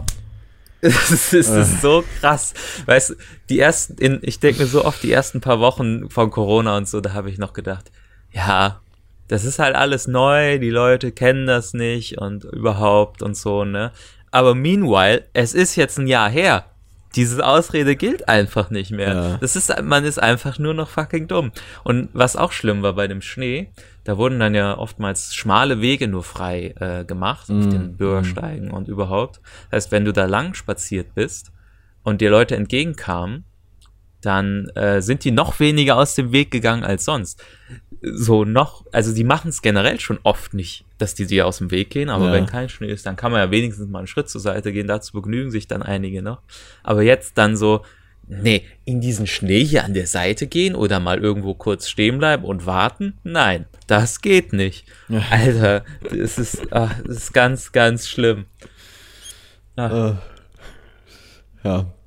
das ist, das ist so krass. Weißt du, die ersten, in, ich denke mir so oft, die ersten paar Wochen von Corona und so, da habe ich noch gedacht, ja, das ist halt alles neu, die Leute kennen das nicht und überhaupt und so, ne? Aber meanwhile, es ist jetzt ein Jahr her. Diese Ausrede gilt einfach nicht mehr. Ja. Das ist, man ist einfach nur noch fucking dumm. Und was auch schlimm war bei dem Schnee, da wurden dann ja oftmals schmale Wege nur frei äh, gemacht mm. auf den Bürgersteigen mm. und überhaupt. Das heißt, wenn du da lang spaziert bist und dir Leute entgegenkamen, dann äh, sind die noch weniger aus dem Weg gegangen als sonst. So noch, also die machen es generell schon oft nicht, dass die dir aus dem Weg gehen, aber ja. wenn kein Schnee ist, dann kann man ja wenigstens mal einen Schritt zur Seite gehen, dazu begnügen sich dann einige noch. Aber jetzt dann so, nee, in diesen Schnee hier an der Seite gehen oder mal irgendwo kurz stehen bleiben und warten? Nein, das geht nicht. Ja. Alter, das ist, ach, das ist ganz, ganz schlimm. Äh, ja.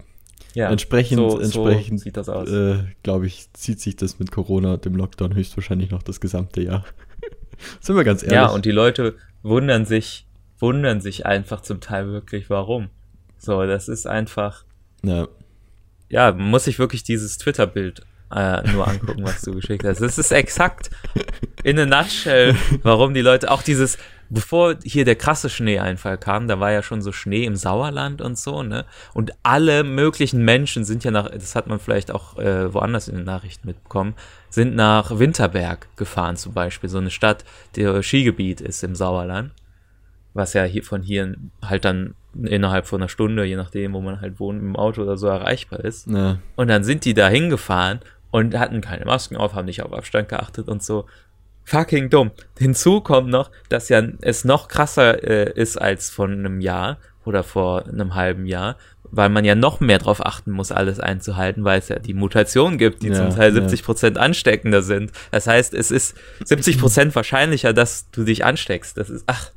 Ja, entsprechend, so, entsprechend so sieht das aus. Äh, glaube ich, zieht sich das mit Corona und dem Lockdown höchstwahrscheinlich noch das gesamte Jahr. Sind wir ganz ehrlich. Ja, und die Leute wundern sich, wundern sich einfach zum Teil wirklich, warum. So, das ist einfach, ja, ja, man muss sich wirklich dieses Twitter-Bild äh, nur angucken, was du geschickt hast. Das ist exakt in a nutshell, warum die Leute, auch dieses, bevor hier der krasse Schneeeinfall kam, da war ja schon so Schnee im Sauerland und so, ne? Und alle möglichen Menschen sind ja nach, das hat man vielleicht auch äh, woanders in den Nachrichten mitbekommen, sind nach Winterberg gefahren zum Beispiel, so eine Stadt, die Skigebiet ist im Sauerland, was ja hier von hier halt dann innerhalb von einer Stunde, je nachdem, wo man halt wohnt, mit dem Auto oder so erreichbar ist. ja. Und dann sind die da hingefahren und hatten keine Masken auf, haben nicht auf Abstand geachtet und so. Fucking dumm. Hinzu kommt noch, dass ja es noch krasser äh, ist als vor einem Jahr oder vor einem halben Jahr, weil man ja noch mehr drauf achten muss, alles einzuhalten, weil es ja die Mutationen gibt, die Ja, zum Teil ja. siebzig Prozent ansteckender sind. Das heißt, es ist siebzig Prozent wahrscheinlicher, dass du dich ansteckst. Das ist, ach,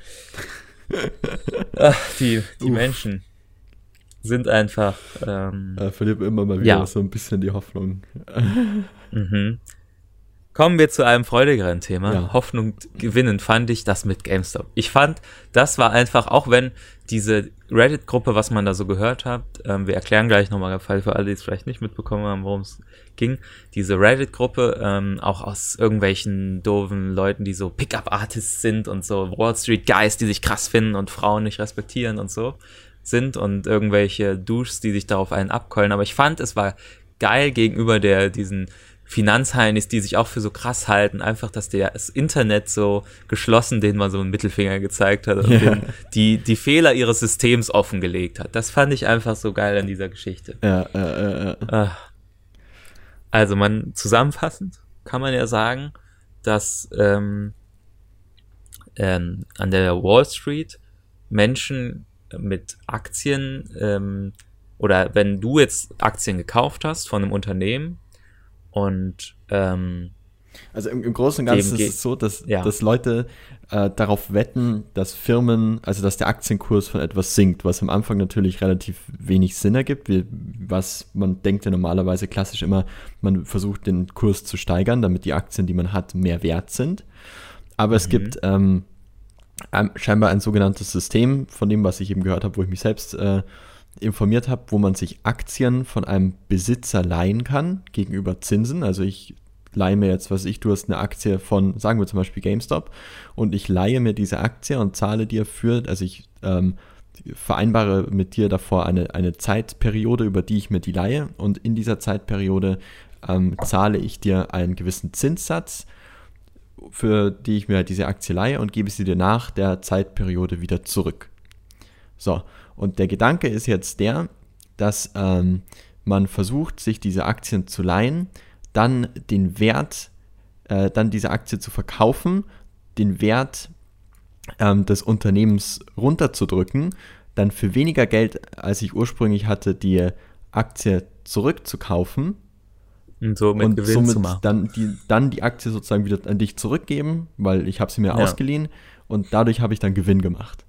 ach die, die Uff. Menschen sind einfach, ähm, Äh, verliert immer mal wieder Ja. so ein bisschen die Hoffnung. mhm. Kommen wir zu einem freudigeren Thema. Ja. Hoffnung gewinnen fand ich das mit GameStop. Ich fand, das war einfach, auch wenn diese Reddit-Gruppe, was man da so gehört hat, ähm, wir erklären gleich nochmal, für alle, die es vielleicht nicht mitbekommen haben, worum es ging, diese Reddit-Gruppe, ähm, auch aus irgendwelchen doofen Leuten, die so Pickup-Artists sind und so Wall Street Guys, die sich krass finden und Frauen nicht respektieren und so sind und irgendwelche Douches, die sich darauf einen abkeulen. Aber ich fand, es war geil gegenüber der diesen Finanzheinis, die sich auch für so krass halten, einfach, dass der das Internet so geschlossen, denen man so einen Mittelfinger gezeigt hat und Ja. denen die, die Fehler ihres Systems offengelegt hat. Das fand ich einfach so geil an dieser Geschichte. Ja, äh, äh, äh. Ah. Also man, zusammenfassend kann man ja sagen, dass ähm, ähm, an der Wall Street Menschen mit Aktien ähm, oder wenn du jetzt Aktien gekauft hast von einem Unternehmen und ähm, Also im, im Großen und Ganzen Dem ist es so, dass, ja. dass Leute äh, darauf wetten, dass Firmen, also dass der Aktienkurs von etwas sinkt, was am Anfang natürlich relativ wenig Sinn ergibt, wie, was man denkt ja normalerweise klassisch immer, man versucht den Kurs zu steigern, damit die Aktien, die man hat, mehr wert sind. Aber es Mhm. gibt ähm, ein, scheinbar ein sogenanntes System, von dem, was ich eben gehört habe, wo ich mich selbst äh, informiert habe, wo man sich Aktien von einem Besitzer leihen kann gegenüber Zinsen. Also ich leihe mir jetzt, was weiß ich, du hast eine Aktie von, sagen wir zum Beispiel GameStop, und ich leihe mir diese Aktie und zahle dir für, also ich ähm, vereinbare mit dir davor eine, eine Zeitperiode, über die ich mir die leihe, und in dieser Zeitperiode ähm, zahle ich dir einen gewissen Zinssatz, für die ich mir diese Aktie leihe, und gebe sie dir nach der Zeitperiode wieder zurück. So, und der Gedanke ist jetzt der, dass ähm, man versucht, sich diese Aktien zu leihen, dann den Wert, äh, dann diese Aktie zu verkaufen, den Wert ähm, des Unternehmens runterzudrücken, dann für weniger Geld, als ich ursprünglich hatte, die Aktie zurückzukaufen und so mit und Gewinn somit zu machen. dann die, dann die Aktie sozusagen wieder an dich zurückgeben, weil ich habe sie mir Ja. ausgeliehen, und dadurch habe ich dann Gewinn gemacht.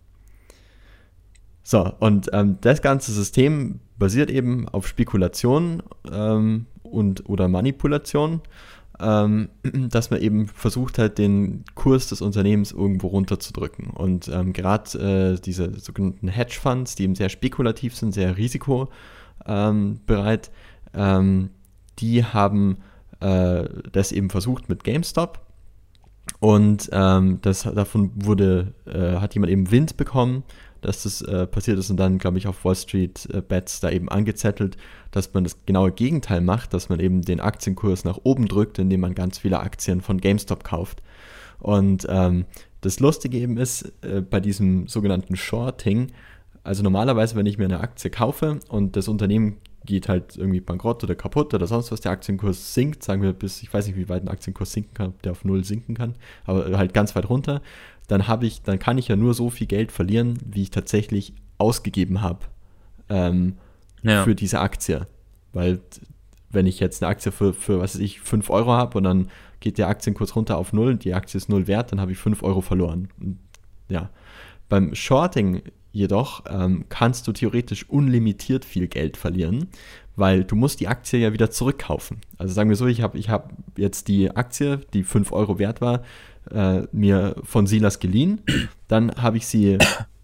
So, und ähm, das ganze System basiert eben auf Spekulation ähm, und oder Manipulation, ähm, dass man eben versucht hat, den Kurs des Unternehmens irgendwo runterzudrücken. Und ähm, gerade äh, diese sogenannten Hedgefonds, die eben sehr spekulativ sind, sehr risikobereit, ähm, bereit, ähm, die haben äh, das eben versucht mit GameStop. Und ähm, das, davon wurde, äh, hat jemand eben Wind bekommen, dass das äh, passiert ist, und dann, glaube ich, auf Wall Street äh, Bets da eben angezettelt, dass man das genaue Gegenteil macht, dass man eben den Aktienkurs nach oben drückt, indem man ganz viele Aktien von GameStop kauft. Und ähm, das Lustige eben ist, äh, bei diesem sogenannten Shorting, also normalerweise, wenn ich mir eine Aktie kaufe und das Unternehmen geht halt irgendwie bankrott oder kaputt oder sonst was, der Aktienkurs sinkt, sagen wir bis, ich weiß nicht, wie weit ein Aktienkurs sinken kann, ob der auf null sinken kann, aber halt ganz weit runter, dann habe ich, dann kann ich ja nur so viel Geld verlieren, wie ich tatsächlich ausgegeben habe ähm, Ja. für diese Aktie. Weil wenn ich jetzt eine Aktie für, für was weiß ich, fünf Euro habe und dann geht der Aktienkurs runter auf null und die Aktie ist null wert, dann habe ich fünf Euro verloren. Und ja. Beim Shorting jedoch ähm, kannst du theoretisch unlimitiert viel Geld verlieren, weil du musst die Aktie ja wieder zurückkaufen. Also sagen wir so, ich habe ich hab jetzt die Aktie, die fünf Euro wert war, äh, mir von Silas geliehen. Dann habe ich sie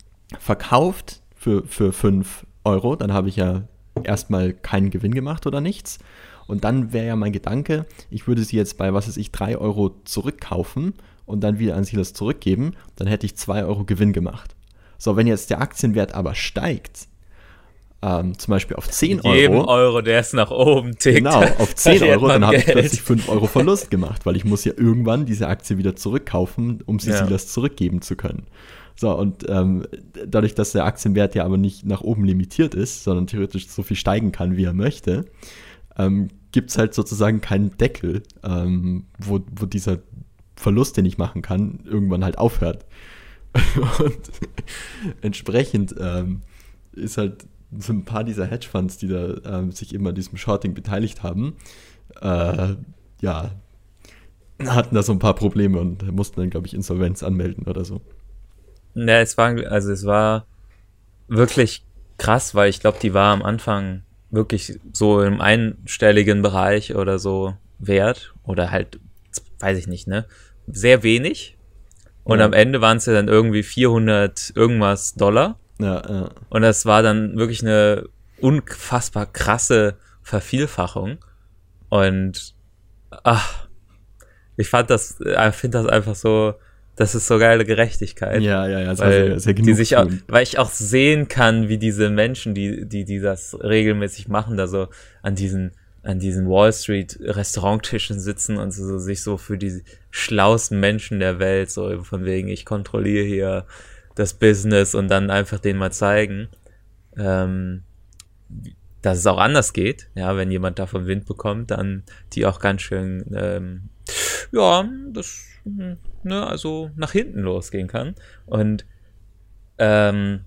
verkauft für, für fünf Euro. Dann habe ich ja erstmal keinen Gewinn gemacht oder nichts. Und dann wäre ja mein Gedanke, ich würde sie jetzt bei, was weiß ich, drei Euro zurückkaufen und dann wieder an Silas zurückgeben. Dann hätte ich zwei Euro Gewinn gemacht. So, wenn jetzt der Aktienwert aber steigt, ähm, zum Beispiel auf zehn Euro. Jedem Euro, der es nach oben tickt. Genau, auf zehn Euro, dann habe ich Geld. plötzlich fünf Euro Verlust gemacht, weil ich muss ja irgendwann diese Aktie wieder zurückkaufen, um sie Ja. Silas zurückgeben zu können. So, und ähm, dadurch, dass der Aktienwert ja aber nicht nach oben limitiert ist, sondern theoretisch so viel steigen kann, wie er möchte, ähm, gibt es halt sozusagen keinen Deckel, ähm, wo, wo dieser Verlust, den ich machen kann, irgendwann halt aufhört. Und entsprechend ähm, ist halt so ein paar dieser Hedgefonds, die da ähm, sich immer an diesem Shorting beteiligt haben, äh, ja, hatten da so ein paar Probleme und mussten dann, glaube ich, Insolvenz anmelden oder so. Ja, es war, also es war wirklich krass, weil ich glaube, die war am Anfang wirklich so im einstelligen Bereich oder so wert oder halt, weiß ich nicht, ne, sehr wenig. Und Ja. am Ende waren es ja dann irgendwie vierhundert irgendwas Dollar. Ja, ja. Und das war dann wirklich eine unfassbar krasse Vervielfachung. Und ach, ich fand das, ich finde das einfach so, das ist so geile Gerechtigkeit. Ja, ja, ja, es war weil sehr, sehr die sich auch, genugtuend. weil ich auch sehen kann, wie diese Menschen, die, die, die das regelmäßig machen, da so an diesen, an diesen Wall Street Restauranttischen sitzen und so, so sich so für die schlauesten Menschen der Welt, so von wegen, ich kontrolliere hier das Business und dann einfach denen mal zeigen, ähm, dass es auch anders geht. Ja, wenn jemand davon Wind bekommt, dann die auch ganz schön, ähm, ja, das, ne, also nach hinten losgehen kann. Und ähm,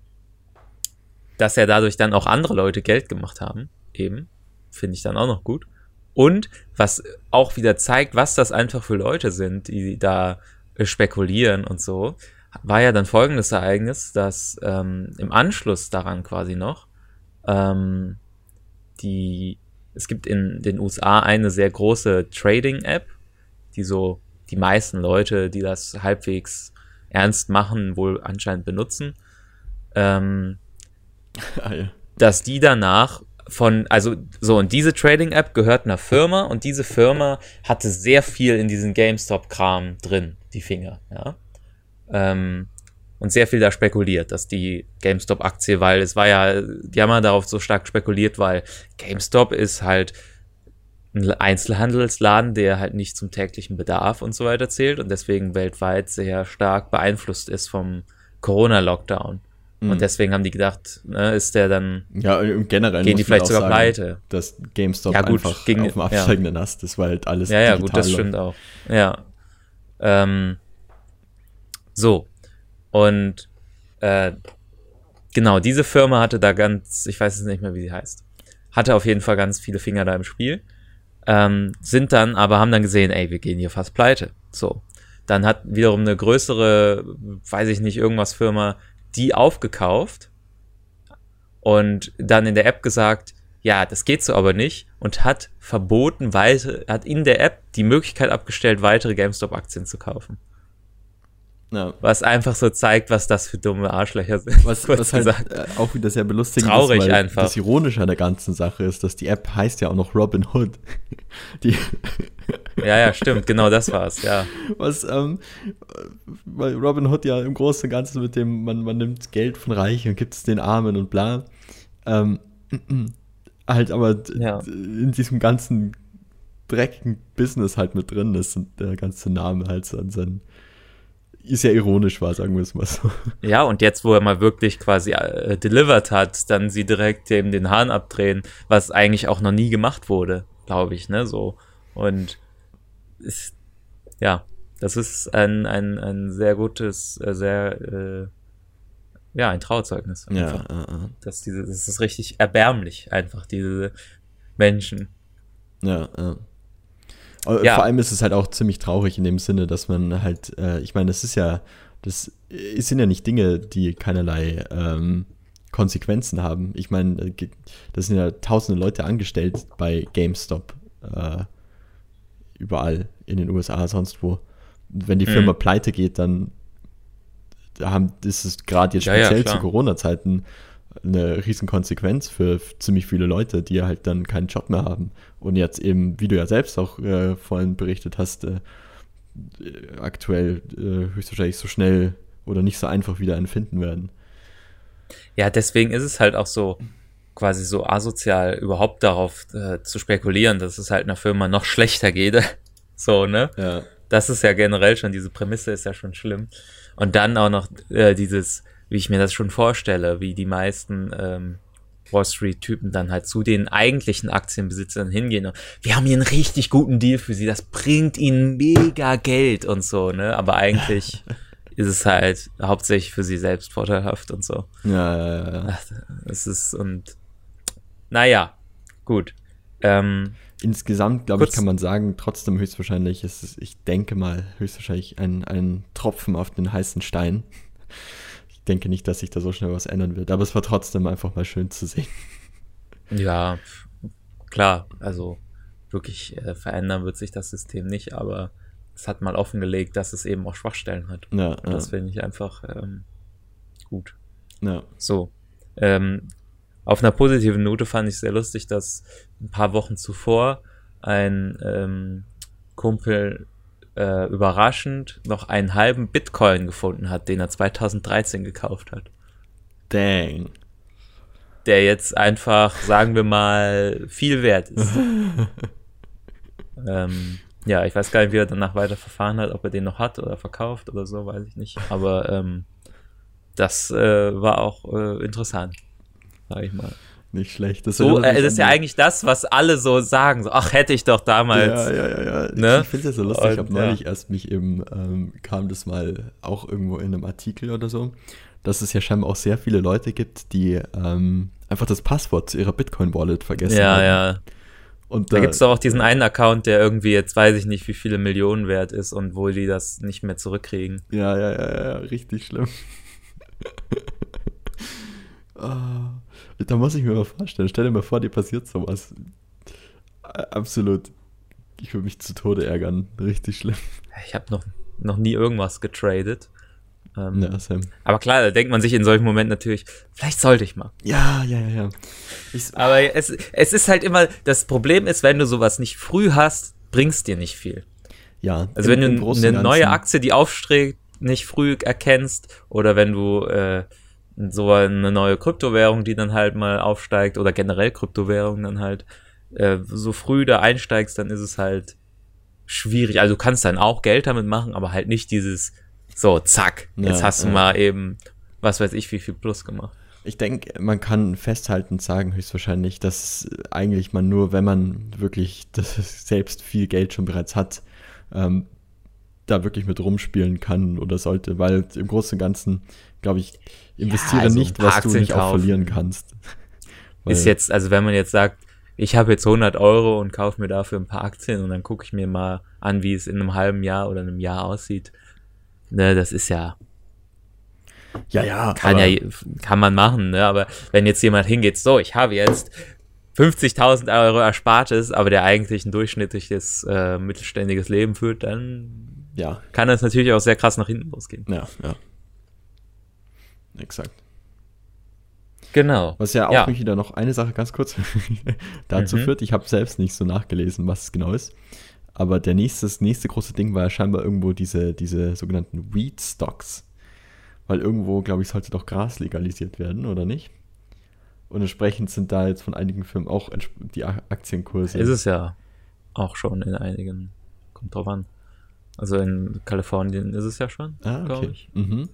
dass ja dadurch dann auch andere Leute Geld gemacht haben, eben, finde ich dann auch noch gut. Und was auch wieder zeigt, was das einfach für Leute sind, die da spekulieren und so, war ja dann folgendes Ereignis, dass ähm, im Anschluss daran quasi noch ähm, die, es gibt in den U S A eine sehr große Trading-App, die so die meisten Leute, die das halbwegs ernst machen, wohl anscheinend benutzen, ähm, Ah, ja. dass die danach von, also so, und diese Trading-App gehört einer Firma und diese Firma hatte sehr viel in diesen GameStop-Kram drin, die Finger, ja. Ähm, und sehr viel da spekuliert, dass die GameStop-Aktie, weil es war ja, die haben ja darauf so stark spekuliert, weil GameStop ist halt ein Einzelhandelsladen, der halt nicht zum täglichen Bedarf und so weiter zählt und deswegen weltweit sehr stark beeinflusst ist vom Corona-Lockdown. Mhm. Und deswegen haben die gedacht, ne, ist der dann, Ja, und generell gehen die muss man vielleicht auch sogar sagen, pleite. dass GameStop Ja, gut, einfach ging- auf dem absteigenden Ast ist, weil halt alles Ja, ja, digital gut, das läuft. stimmt auch. Ja. Ähm, so. Und äh, genau, diese Firma hatte da ganz, ich weiß jetzt nicht mehr, wie sie heißt, hatte auf jeden Fall ganz viele Finger da im Spiel. Ähm, sind dann, aber haben dann gesehen, ey, wir gehen hier fast pleite. So. Dann hat wiederum eine größere, weiß ich nicht, irgendwas Firma, die aufgekauft und dann in der App gesagt, ja, das geht so aber nicht und hat verboten, weitere, hat in der App die Möglichkeit abgestellt, weitere GameStop-Aktien zu kaufen. Ja. Was einfach so zeigt, was das für dumme Arschlöcher sind. Was, kurz was halt gesagt. äh, auch wieder sehr belustigend Traurig ist, weil einfach. das Ironische an der ganzen Sache ist, dass die App heißt ja auch noch Robin Hood. Die, Ja, ja, stimmt, genau das war's, ja. was, ähm, weil Robin Hood ja im Großen und Ganzen mit dem, man, man nimmt Geld von Reichen und gibt es den Armen und bla. Ähm, halt aber d- Ja. d- in diesem ganzen dreckigen Business halt mit drin ist und der ganze Name halt so an seinen, ist ja ironisch war, sagen wir es mal so. Ja, und jetzt, wo er mal wirklich quasi äh, delivered hat, dann sie direkt eben den Hahn abdrehen, was eigentlich auch noch nie gemacht wurde, glaube ich, ne, so. Und ist, ja, das ist ein, ein, ein sehr gutes, äh, sehr, äh, ja, ein Trauerzeugnis. Einfach. Ja, äh, äh. Das, diese, das ist richtig erbärmlich, einfach, diese Menschen. Ja, ja. Aber Ja. vor allem ist es halt auch ziemlich traurig in dem Sinne, dass man halt, äh, ich meine, das ist ja, das es sind ja nicht Dinge, die keinerlei ähm, Konsequenzen haben. Ich meine, das sind ja tausende Leute angestellt bei GameStop, äh, überall in den U S A, sonst wo. Wenn die Firma mhm. pleite geht, dann haben, ist es gerade jetzt speziell ja, ja, zu Corona-Zeiten eine riesen Konsequenz für ziemlich viele Leute, die halt dann keinen Job mehr haben und jetzt eben, wie du ja selbst auch äh, vorhin berichtet hast, äh, aktuell äh, höchstwahrscheinlich so schnell oder nicht so einfach wieder entfinden werden. Ja, deswegen ist es halt auch so quasi so asozial, überhaupt darauf äh, zu spekulieren, dass es halt einer Firma noch schlechter geht. So, ne? Ja. Das ist ja generell schon, diese Prämisse ist ja schon schlimm. Und dann auch noch äh, dieses, wie ich mir das schon vorstelle, wie die meisten ähm, Wall Street-Typen dann halt zu den eigentlichen Aktienbesitzern hingehen und wir haben hier einen richtig guten Deal für sie, das bringt ihnen mega Geld und so, ne? Aber eigentlich ist es halt hauptsächlich für sie selbst vorteilhaft und so. Ja, ja, ja. ja. Ach, es ist und naja, gut. Ähm, Insgesamt, glaube ich, kann man sagen, trotzdem höchstwahrscheinlich ist es, ich denke mal, höchstwahrscheinlich ein, ein Tropfen auf den heißen Stein. Ich denke nicht, dass sich da so schnell was ändern wird, aber es war trotzdem einfach mal schön zu sehen. Ja, klar, also wirklich äh, verändern wird sich das System nicht, aber es hat mal offengelegt, dass es eben auch Schwachstellen hat. Ja, Und das ja. finde ich einfach ähm, gut. Ja. So, ähm, auf einer positiven Note fand ich sehr lustig, dass ein paar Wochen zuvor ein ähm, Kumpel äh, überraschend noch einen halben Bitcoin gefunden hat, den er zweitausenddreizehn gekauft hat. Dang. Der jetzt einfach, sagen wir mal, viel wert ist. ähm, ja, ich weiß gar nicht, wie er danach weiter verfahren hat, ob er den noch hat oder verkauft oder so, weiß ich nicht. Aber ähm, das äh, war auch äh, interessant. Sag ich mal. Nicht schlecht. Das, so, äh, das ist ja eigentlich das, was alle so sagen. So, ach, hätte ich doch damals. Ja, ja, ja. ja. Ne? Ich finde es ja so lustig. Ich habe neulich ja. erst mich eben, ähm, kam das mal auch irgendwo in einem Artikel oder so, dass es ja scheinbar auch sehr viele Leute gibt, die ähm, einfach das Passwort zu ihrer Bitcoin-Wallet vergessen ja, haben. Ja, ja. Und da da gibt es doch auch diesen einen Account, der irgendwie jetzt weiß ich nicht, wie viele Millionen wert ist und wo die das nicht mehr zurückkriegen. Ja, ja, ja, ja. Richtig schlimm. oh. Da muss ich mir mal vorstellen, stell dir mal vor, dir passiert sowas. Absolut. Ich würde mich zu Tode ärgern. Richtig schlimm. Ich habe noch, noch nie irgendwas getradet. Ähm, ja, Sam. Aber klar, da denkt man sich in solchen Momenten natürlich, vielleicht sollte ich mal. Ja, ja, ja, ja. Ich, Aber es, es ist halt immer, das Problem ist, wenn du sowas nicht früh hast, bringst dir nicht viel. Ja. Also wenn du eine neue Aktie, die aufstreckt, nicht früh erkennst oder wenn du äh, so eine neue Kryptowährung, die dann halt mal aufsteigt oder generell Kryptowährungen dann halt äh, so früh da einsteigst, dann ist es halt schwierig. Also du kannst dann auch Geld damit machen, aber halt nicht dieses so, zack, ja, jetzt hast du ja. mal eben, was weiß ich, wie viel Plus gemacht. Ich denke, man kann festhaltend sagen, höchstwahrscheinlich, dass eigentlich man nur, wenn man wirklich das selbst viel Geld schon bereits hat, ähm, da wirklich mit rumspielen kann oder sollte, weil im Großen und Ganzen, glaube ich, investiere ja, also nicht, was du nicht auch verlieren kannst. Ist jetzt, also wenn man jetzt sagt, ich habe jetzt hundert Euro und kaufe mir dafür ein paar Aktien und dann gucke ich mir mal an, wie es in einem halben Jahr oder einem Jahr aussieht. Ne, das ist ja, ja, ja, kann ja, kann man machen, ne, aber wenn jetzt jemand hingeht, so, ich habe jetzt fünfzigtausend Euro Erspartes, aber der eigentlich ein durchschnittliches, äh, mittelständiges Leben führt, dann ja. kann das natürlich auch sehr krass nach hinten losgehen. Ja, ja. Exakt. Genau. Was ja auch ja. mich wieder noch eine Sache ganz kurz dazu mhm. führt. Ich habe selbst nicht so nachgelesen, was es genau ist. Aber der nächste, das nächste große Ding war ja scheinbar irgendwo diese, diese sogenannten Weed Stocks. Weil irgendwo, glaube ich, sollte doch Gras legalisiert werden, oder nicht? Und entsprechend sind da jetzt von einigen Firmen auch die Aktienkurse. Ist es ja auch schon in einigen, kommt drauf an. Also in Kalifornien ist es ja schon, ah, okay. glaube ich. Mhm.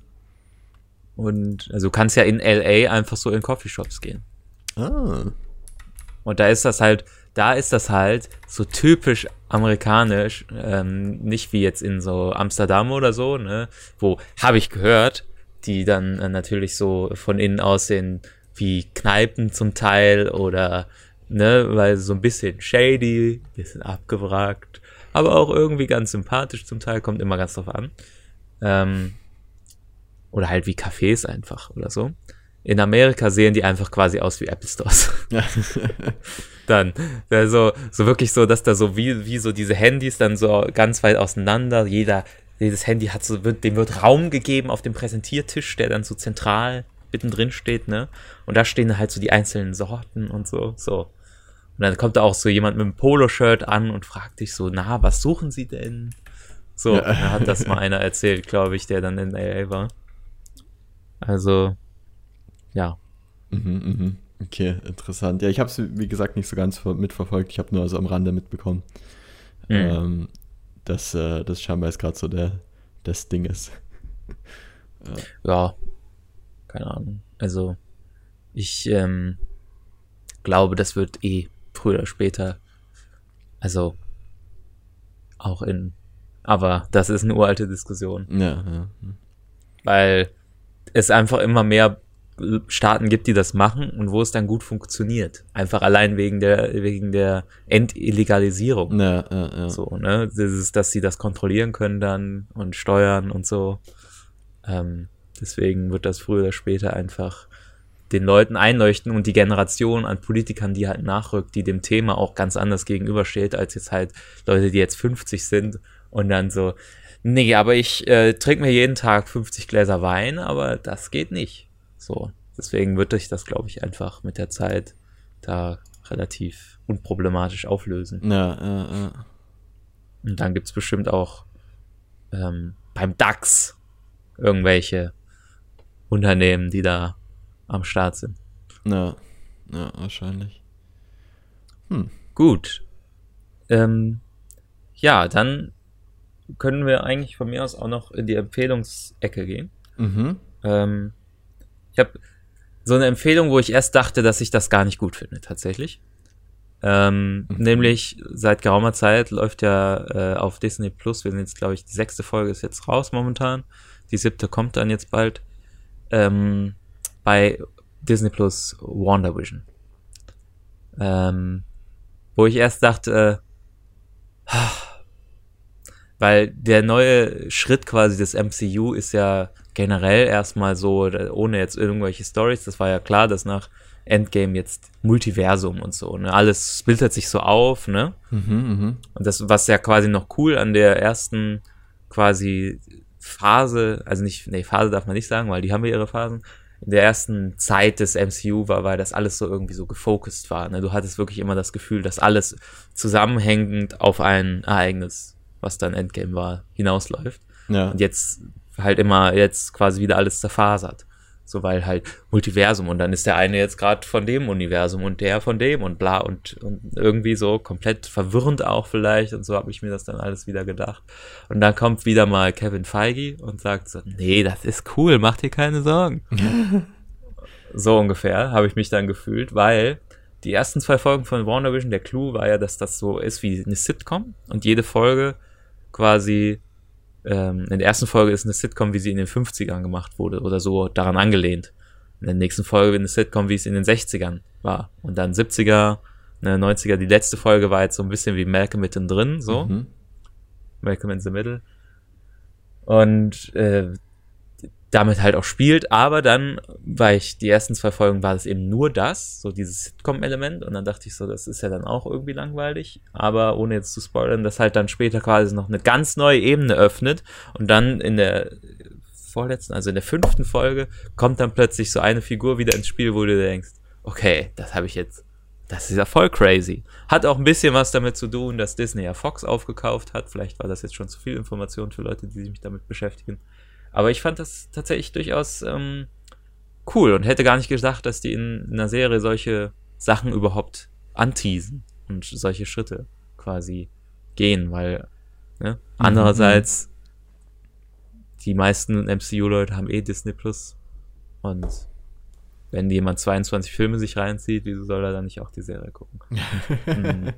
Und also du kannst ja in L A einfach so in Coffeeshops gehen. Ah. Und da ist das halt, da ist das halt so typisch amerikanisch, ähm, nicht wie jetzt in so Amsterdam oder so, ne, wo, habe ich gehört, die dann äh, natürlich so von innen aussehen wie Kneipen zum Teil oder, ne, weil so ein bisschen shady, bisschen abgewrackt, aber auch irgendwie ganz sympathisch zum Teil, kommt immer ganz drauf an. Ähm, oder halt wie Cafés einfach oder so. in Amerika sehen die einfach quasi aus wie Apple Stores. Ja. Dann, also, so wirklich so, dass da so wie, wie so diese Handys dann so ganz weit auseinander, jeder, jedes Handy hat so, wird, dem wird Raum gegeben auf dem Präsentiertisch, der dann so zentral mittendrin steht, ne? Und da stehen halt so die einzelnen Sorten und so, so. Und dann kommt da auch so jemand mit einem Poloshirt an und fragt dich so, na, was suchen Sie denn? So, ja. Da hat das mal einer erzählt, glaube ich, der dann in L A war. Also, ja. Mhm, mhm. Okay, interessant. Ja, ich habe es, wie gesagt, nicht so ganz mitverfolgt. Ich habe nur also am Rande mitbekommen, mhm. ähm, dass äh, das scheinbar jetzt gerade so der, das Ding ist. Ja, keine Ahnung. Also, ich ähm, glaube, das wird eh früher oder später, also auch in, aber das ist eine uralte Diskussion. Ja, ja. Weil es einfach immer mehr Staaten gibt, die das machen und wo es dann gut funktioniert. Einfach allein wegen der wegen der Entillegalisierung. Ja, ja, ja. So, ne? Das ist, dass sie das kontrollieren können dann und steuern und so. Ähm, deswegen wird das früher oder später einfach den Leuten einleuchten und die Generation an Politikern, die halt nachrückt, die dem Thema auch ganz anders gegenübersteht, als jetzt halt Leute, die jetzt fünfzig sind und dann so, nee, aber ich äh, trinke mir jeden Tag fünfzig Gläser Wein, aber das geht nicht. So, deswegen wird sich das, glaube ich, einfach mit der Zeit da relativ unproblematisch auflösen. Ja, ja, ja. Und dann gibt es bestimmt auch ähm, beim DAX irgendwelche Unternehmen, die da am Start sind. Ja, ja, wahrscheinlich. Hm. Gut. Ähm, ja, dann können wir eigentlich von mir aus auch noch in die Empfehlungsecke gehen. Mhm. Ähm, Ich habe so eine Empfehlung, wo ich erst dachte, dass ich das gar nicht gut finde, tatsächlich. Ähm, mhm. Nämlich, seit geraumer Zeit läuft ja äh, auf Disney Plus, wir sind jetzt, glaube ich, die sechste Folge ist jetzt raus momentan. Die siebte kommt dann jetzt bald. Ähm, bei Disney Plus WandaVision. Ähm, wo ich erst dachte, äh, weil der neue Schritt quasi des M C U ist ja generell erstmal so, ohne jetzt irgendwelche Storys, das war ja klar, dass nach Endgame jetzt Multiversum und so, ne, alles splittert sich so auf, ne, mhm, mh. Und das, was ja quasi noch cool an der ersten quasi Phase, also nicht, nee, Phase darf man nicht sagen, weil die haben ja ihre Phasen, in der ersten Zeit des M C U war, weil das alles so irgendwie so gefokust war, ne, du hattest wirklich immer das Gefühl, dass alles zusammenhängend auf ein Ereignis, was dann Endgame war, hinausläuft. Ja. Und jetzt halt immer jetzt quasi wieder alles zerfasert. So, weil halt Multiversum und dann ist der eine jetzt gerade von dem Universum und der von dem und bla und, und irgendwie so komplett verwirrend auch vielleicht und so habe ich mir das dann alles wieder gedacht. Und dann kommt wieder mal Kevin Feige und sagt so, nee, das ist cool, mach dir keine Sorgen. So ungefähr habe ich mich dann gefühlt, weil die ersten zwei Folgen von WandaVision, der Clou war ja, dass das so ist wie eine Sitcom und jede Folge quasi ähm, in der ersten Folge ist eine Sitcom, wie sie in den fünfzigern gemacht wurde oder so daran angelehnt. In der nächsten Folge eine Sitcom, wie es in den sechzigern war. Und dann siebziger, ne, neunziger, die letzte Folge war jetzt so ein bisschen wie Malcolm mittendrin, so. Mhm. Malcolm in the Middle. Und äh, damit halt auch spielt, aber dann, weil ich die ersten zwei Folgen war das eben nur das, so dieses Sitcom-Element und dann dachte ich so, das ist ja dann auch irgendwie langweilig, aber ohne jetzt zu spoilern, das halt dann später quasi noch eine ganz neue Ebene öffnet und dann in der vorletzten, also in der fünften Folge kommt dann plötzlich so eine Figur wieder ins Spiel, wo du denkst, okay, das habe ich jetzt, das ist ja voll crazy. Hat auch ein bisschen was damit zu tun, dass Disney ja Fox aufgekauft hat, vielleicht war das jetzt schon zu viel Information für Leute, die sich damit beschäftigen. Aber ich fand das tatsächlich durchaus ähm, cool und hätte gar nicht gedacht, dass die in, in einer Serie solche Sachen überhaupt anteasen und solche Schritte quasi gehen, weil ne? Mhm. Andererseits die meisten M C U-Leute haben eh Disney Plus und wenn jemand zweiundzwanzig Filme sich reinzieht, wieso soll er dann nicht auch die Serie gucken? mhm.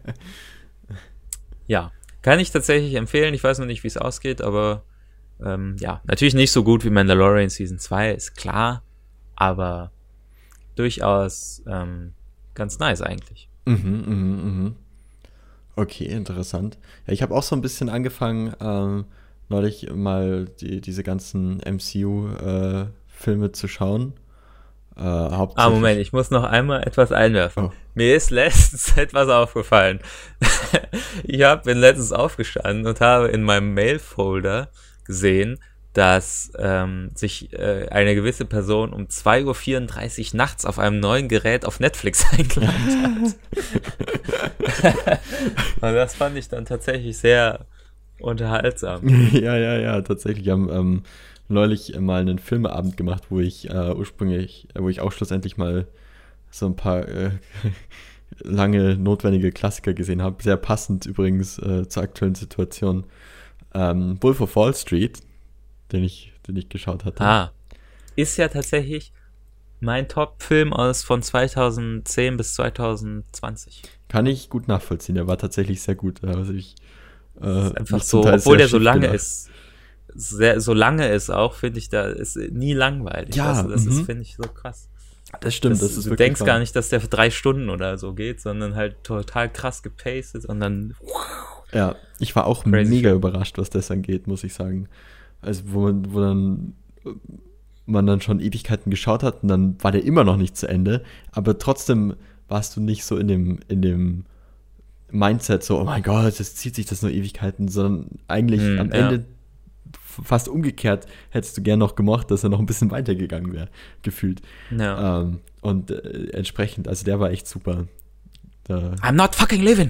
Ja, kann ich tatsächlich empfehlen. Ich weiß noch nicht, wie es ausgeht, aber Ähm, ja, natürlich nicht so gut wie Mandalorian Season zwei, ist klar, aber durchaus ähm, ganz nice eigentlich. Mhm, mhm, mhm. Okay, interessant. Ja, ich habe auch so ein bisschen angefangen, ähm, neulich mal die, diese ganzen M C U-Filme äh, zu schauen. Äh, hauptsächlich. Ah, Moment, ich muss noch einmal etwas einwerfen. Oh. Mir ist letztens etwas aufgefallen. Ich hab, bin letztens aufgestanden und habe in meinem Mail-Folder gesehen, dass ähm, sich äh, eine gewisse Person um zwei Uhr vierunddreißig nachts auf einem neuen Gerät auf Netflix eingeladen hat. Und das fand ich dann tatsächlich sehr unterhaltsam. Ja, ja, ja, tatsächlich. Wir haben ähm, neulich mal einen Filmeabend gemacht, wo ich äh, ursprünglich, äh, wo ich auch schlussendlich mal so ein paar äh, lange notwendige Klassiker gesehen habe. Sehr passend übrigens äh, zur aktuellen Situation. Ähm, Wolf of Wall Street, den ich, den ich geschaut hatte. Ah, ist ja tatsächlich mein Top-Film aus von zweitausendzehn bis zweitausendzwanzig. Kann ich gut nachvollziehen. Der war tatsächlich sehr gut. Also ich, äh, Das ist einfach mich zum so, Teil obwohl sehr der so schief lange gelacht. ist, sehr, so lange ist auch, finde ich, da ist nie langweilig. Ja, weißt du, das ist, mhm. finde ich, so krass. Das stimmt, Das, das ist du wirklich denkst wahr. gar nicht, dass der für drei Stunden oder so geht, sondern halt total krass gepaced ist und dann Ja, ich war auch Crazy mega shit. überrascht, was das angeht, muss ich sagen. Also wo man, wo dann äh, man dann schon Ewigkeiten geschaut hat und dann war der immer noch nicht zu Ende, aber trotzdem warst du nicht so in dem, in dem Mindset so, oh mein Gott, das zieht sich das nur Ewigkeiten, sondern eigentlich Hm, am ja. Ende f- fast umgekehrt hättest du gern noch gemocht, dass er noch ein bisschen weitergegangen wäre, gefühlt. ja. Ähm, und äh, entsprechend, also der war echt super. Da, I'm not fucking living.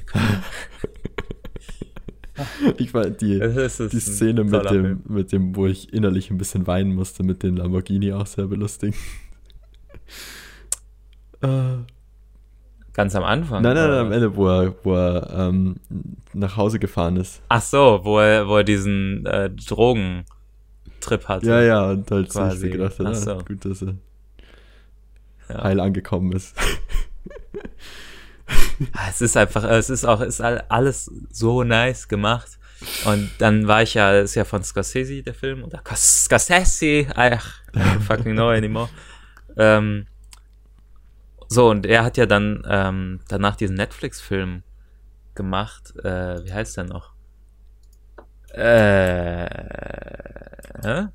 ich war die, Das ist die ein Szene mit toller dem, Film. mit dem, wo ich innerlich ein bisschen weinen musste, mit den Lamborghini auch sehr belustigend. äh, nein, Ganz am Anfang. nein, nein, oder am was? Ende, wo er, wo er ähm, nach Hause gefahren ist. Ach so, wo er, wo er diesen äh, Drogentrip hatte. Ja, ja, und halt sich Quasi. so gedacht hat, Ach ah, so. gut, dass er Ja. heil angekommen ist. Es ist einfach, es ist auch, ist all- alles so nice gemacht. Und dann war ich ja, das ist ja von Scorsese, der Film, oder Scors- Scorsese, ach, I don't fucking know anymore. ähm, so, und er hat ja dann ähm, danach diesen Netflix-Film gemacht, äh, wie heißt der noch? Äh, hä?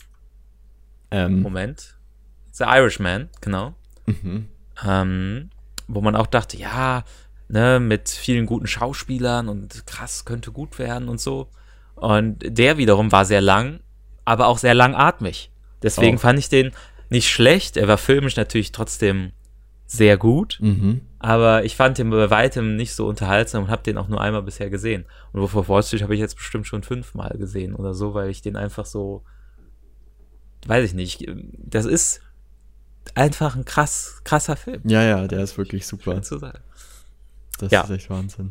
ähm, Moment. The Irishman, genau. mhm. Ähm, wo man auch dachte, ja, ne, mit vielen guten Schauspielern und krass, könnte gut werden und so. Und der wiederum war sehr lang, aber auch sehr langatmig. Deswegen Oh. fand ich den nicht schlecht. Er war filmisch natürlich trotzdem sehr gut, Mhm. aber ich fand den bei weitem nicht so unterhaltsam und habe den auch nur einmal bisher gesehen. Und Wolf of Wall Street habe ich jetzt bestimmt schon fünfmal gesehen oder so, weil ich den einfach so, weiß ich nicht, das ist einfach ein krass, krasser Film. Ja, ja, der ist wirklich super. Schön zu sagen. Das Ja. ist echt Wahnsinn.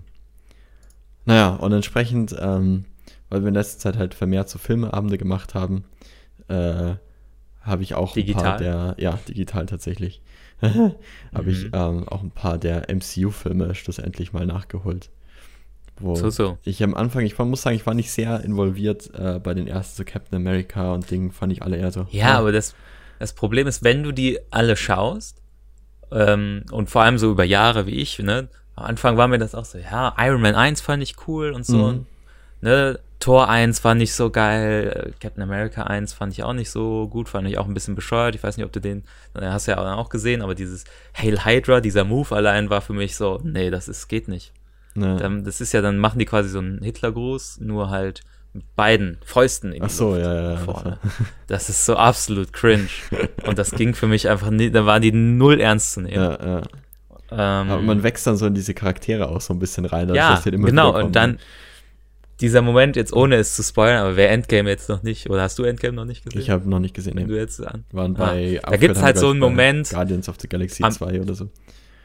Naja, und entsprechend, ähm, weil wir in letzter Zeit halt vermehrt so Filmeabende gemacht haben, äh, habe ich auch ein paar Digital? der, ja, digital tatsächlich, habe Mhm. ich ähm, auch ein paar der M C U-Filme schlussendlich mal nachgeholt. Wo So, so. ich am Anfang, ich muss sagen, ich war nicht sehr involviert äh, bei den ersten, so Captain America und Dingen, fand ich alle eher so. Ja, ah, aber das, das Problem ist, wenn du die alle schaust, ähm, und vor allem so über Jahre wie ich, ne, am Anfang war mir das auch so, ja, Iron Man eins fand ich cool und so, Mhm. ne, Thor eins fand ich so geil, äh, Captain America eins fand ich auch nicht so gut, fand ich auch ein bisschen bescheuert, ich weiß nicht, ob du den, äh, hast du ja auch gesehen, aber dieses Hail Hydra, dieser Move allein war für mich so, nee, das ist, geht nicht. ne. Dann, das ist ja, dann machen die quasi so einen Hitlergruß, nur halt mit beiden Fäusten in die Ach so, Luft ja, ja, ja, vorne. Das ist so absolut cringe. Und das ging für mich einfach nie, da waren die null ernst zu nehmen. Ja, ja. Ähm, Aber man wächst dann so in diese Charaktere auch so ein bisschen rein. dadurch, ja, dass die immer genau. wiederkommen. Und dann dieser Moment, jetzt ohne es zu spoilern, aber wer Endgame jetzt noch nicht, oder hast du Endgame noch nicht gesehen? Ich habe noch nicht gesehen. Wenn Nee. du jetzt an, Waren Ah, bei da gibt's Alfred halt so Hammergleich einen bei Moment Guardians of the Galaxy am- zwei oder so.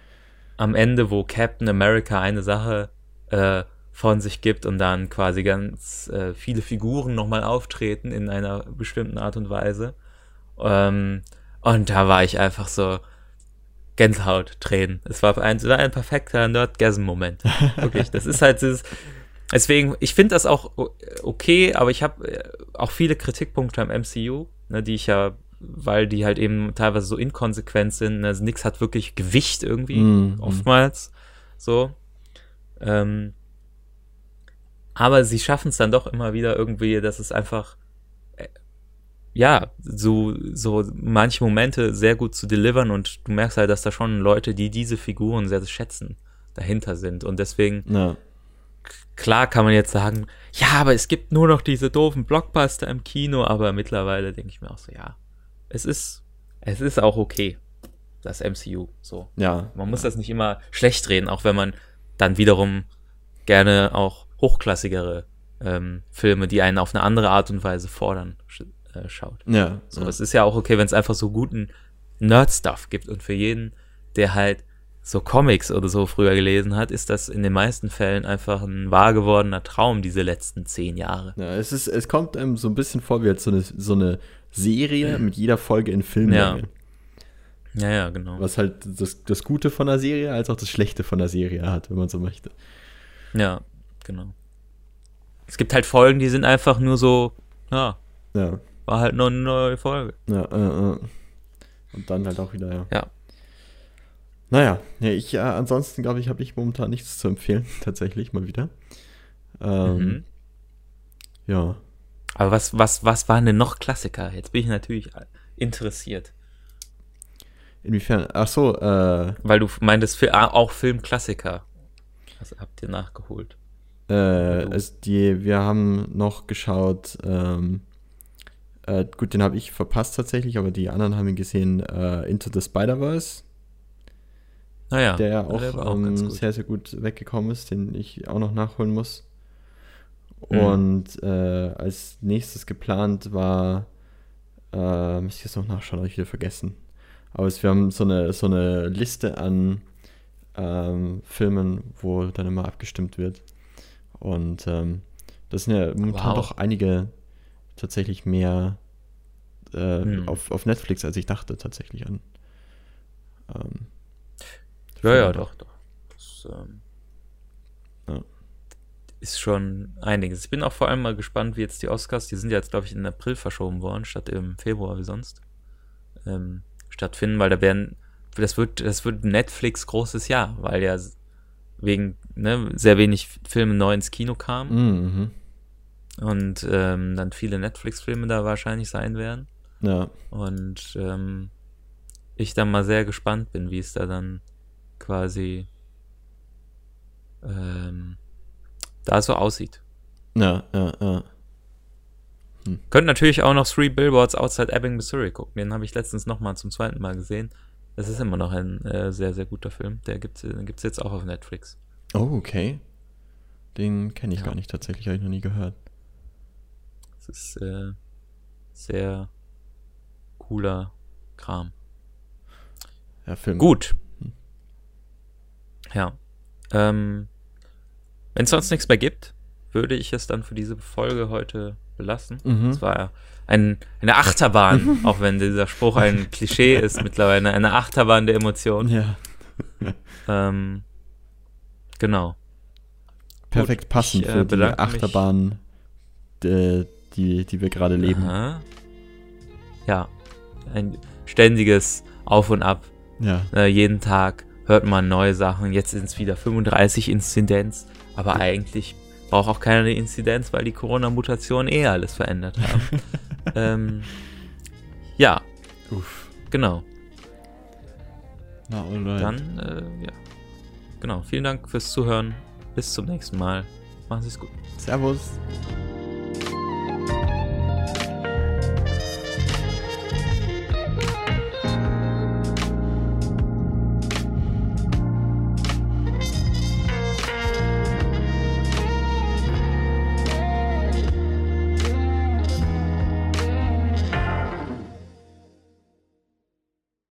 am Ende, wo Captain America eine Sache äh, von sich gibt und dann quasi ganz äh, viele Figuren nochmal auftreten in einer bestimmten Art und Weise. Ähm, und da war ich einfach so Gänsehaut, Tränen. Es war ein, es war ein perfekter Nerdgasm-Moment. Wirklich, das ist halt dieses, deswegen, ich finde das auch o- okay, aber ich habe auch viele Kritikpunkte am M C U, ne, die ich ja, weil die halt eben teilweise so inkonsequent sind, also nix hat wirklich Gewicht irgendwie, Mhm. oftmals, so. Ähm, aber sie schaffen es dann doch immer wieder irgendwie, dass es einfach äh, ja, so, so manche Momente sehr gut zu delivern und du merkst halt, dass da schon Leute, die diese Figuren sehr schätzen, dahinter sind und deswegen, Ja. klar kann man jetzt sagen, ja, aber es gibt nur noch diese doofen Blockbuster im Kino, aber mittlerweile denke ich mir auch so, ja, es ist, es ist auch okay, das M C U, so. Ja. Man muss ja. das nicht immer schlecht reden, auch wenn man dann wiederum gerne auch hochklassigere ähm, Filme, die einen auf eine andere Art und Weise fordern, sch- äh, schaut. Ja. So, ja. es ist ja auch okay, wenn es einfach so guten Nerd-Stuff gibt und für jeden, der halt so Comics oder so früher gelesen hat, ist das in den meisten Fällen einfach ein wahr gewordener Traum, diese letzten zehn Jahre. Ja, es ist, es kommt einem so ein bisschen vor wie jetzt so eine, so eine Serie mit jeder Folge in Filmlänge. Ja, ja, genau. Was halt das, das Gute von der Serie als auch das Schlechte von der Serie hat, wenn man so möchte. Ja, genau. Es gibt halt Folgen, die sind einfach nur so, ja, Ja. war halt nur eine neue Folge. Ja, äh, äh. Und dann halt auch wieder, ja. Ja. Naja, ja, ich, äh, ansonsten glaube ich, habe ich momentan nichts zu empfehlen, tatsächlich mal wieder. Ähm, Mhm. Ja. Aber was, was, was waren denn noch Klassiker? Jetzt bin ich natürlich interessiert. Inwiefern? Ach so, äh, Weil du meintest, Fi- ah, auch Filmklassiker. Was habt ihr nachgeholt? äh, du? also die, wir haben noch geschaut, ähm, äh, gut, den habe ich verpasst tatsächlich, aber die anderen haben ihn gesehen, äh, Into the Spider-Verse, Naja, der ja auch, der war auch ähm, ganz gut. sehr, sehr gut weggekommen ist, den ich auch noch nachholen muss. Mhm. Und äh, als nächstes geplant war, äh, müsste ich jetzt noch nachschauen, habe ich wieder vergessen. Aber es, wir haben so eine, so eine Liste an ähm, Filmen, wo dann immer abgestimmt wird. Und ähm, das sind ja momentan Wow. doch einige tatsächlich mehr äh, Hm. auf, auf Netflix, als ich dachte, tatsächlich an. Ähm, Ja, ja, Filme. doch, doch. Das ähm, Ja. ist schon einiges. Ich bin auch vor allem mal gespannt, wie jetzt die Oscars, die sind ja jetzt, glaube ich, in April verschoben worden, statt im Februar wie sonst, ähm, stattfinden, weil da werden, das wird, das wird Netflix großes Jahr, weil ja wegen, ne, sehr wenig Filme neu ins Kino kamen Mhm. und ähm, dann viele Netflix-Filme da wahrscheinlich sein werden. Ja. Und ähm, ich dann mal sehr gespannt bin, wie es da dann quasi ähm, da so aussieht. Ja, ja, ja. Könnt natürlich auch noch Three Billboards Outside Ebbing, Missouri gucken. Den habe ich letztens nochmal zum zweiten Mal gesehen. Das ist immer noch ein äh, sehr, sehr guter Film. Der gibt's, den gibt's jetzt auch auf Netflix. Oh, okay. Den kenne ich Ja. gar nicht tatsächlich, habe ich noch nie gehört. Das ist äh, sehr cooler Kram. Ja, Film. Gut. Ja. Ähm, wenn es sonst nichts mehr gibt, würde ich es dann für diese Folge heute belassen. Mhm. Es war ein, eine Achterbahn, auch wenn dieser Spruch ein Klischee ist mittlerweile, eine Achterbahn der Emotionen. Ja. Ähm, genau. Perfekt Gut, passend ich, äh, für die bedanke mich. Achterbahn, die, die, die wir gerade leben. Aha. Ja, ein ständiges Auf und Ab. Ja. Äh, jeden Tag hört man neue Sachen. Jetzt sind es wieder fünfunddreißig Inzidenz, aber eigentlich braucht auch keiner eine Inzidenz, weil die Corona-Mutationen eh alles verändert haben. ähm, ja, Uff. genau. Na, alright. Dann, äh, ja. Genau, vielen Dank fürs Zuhören. Bis zum nächsten Mal. Machen Sie es gut. Servus.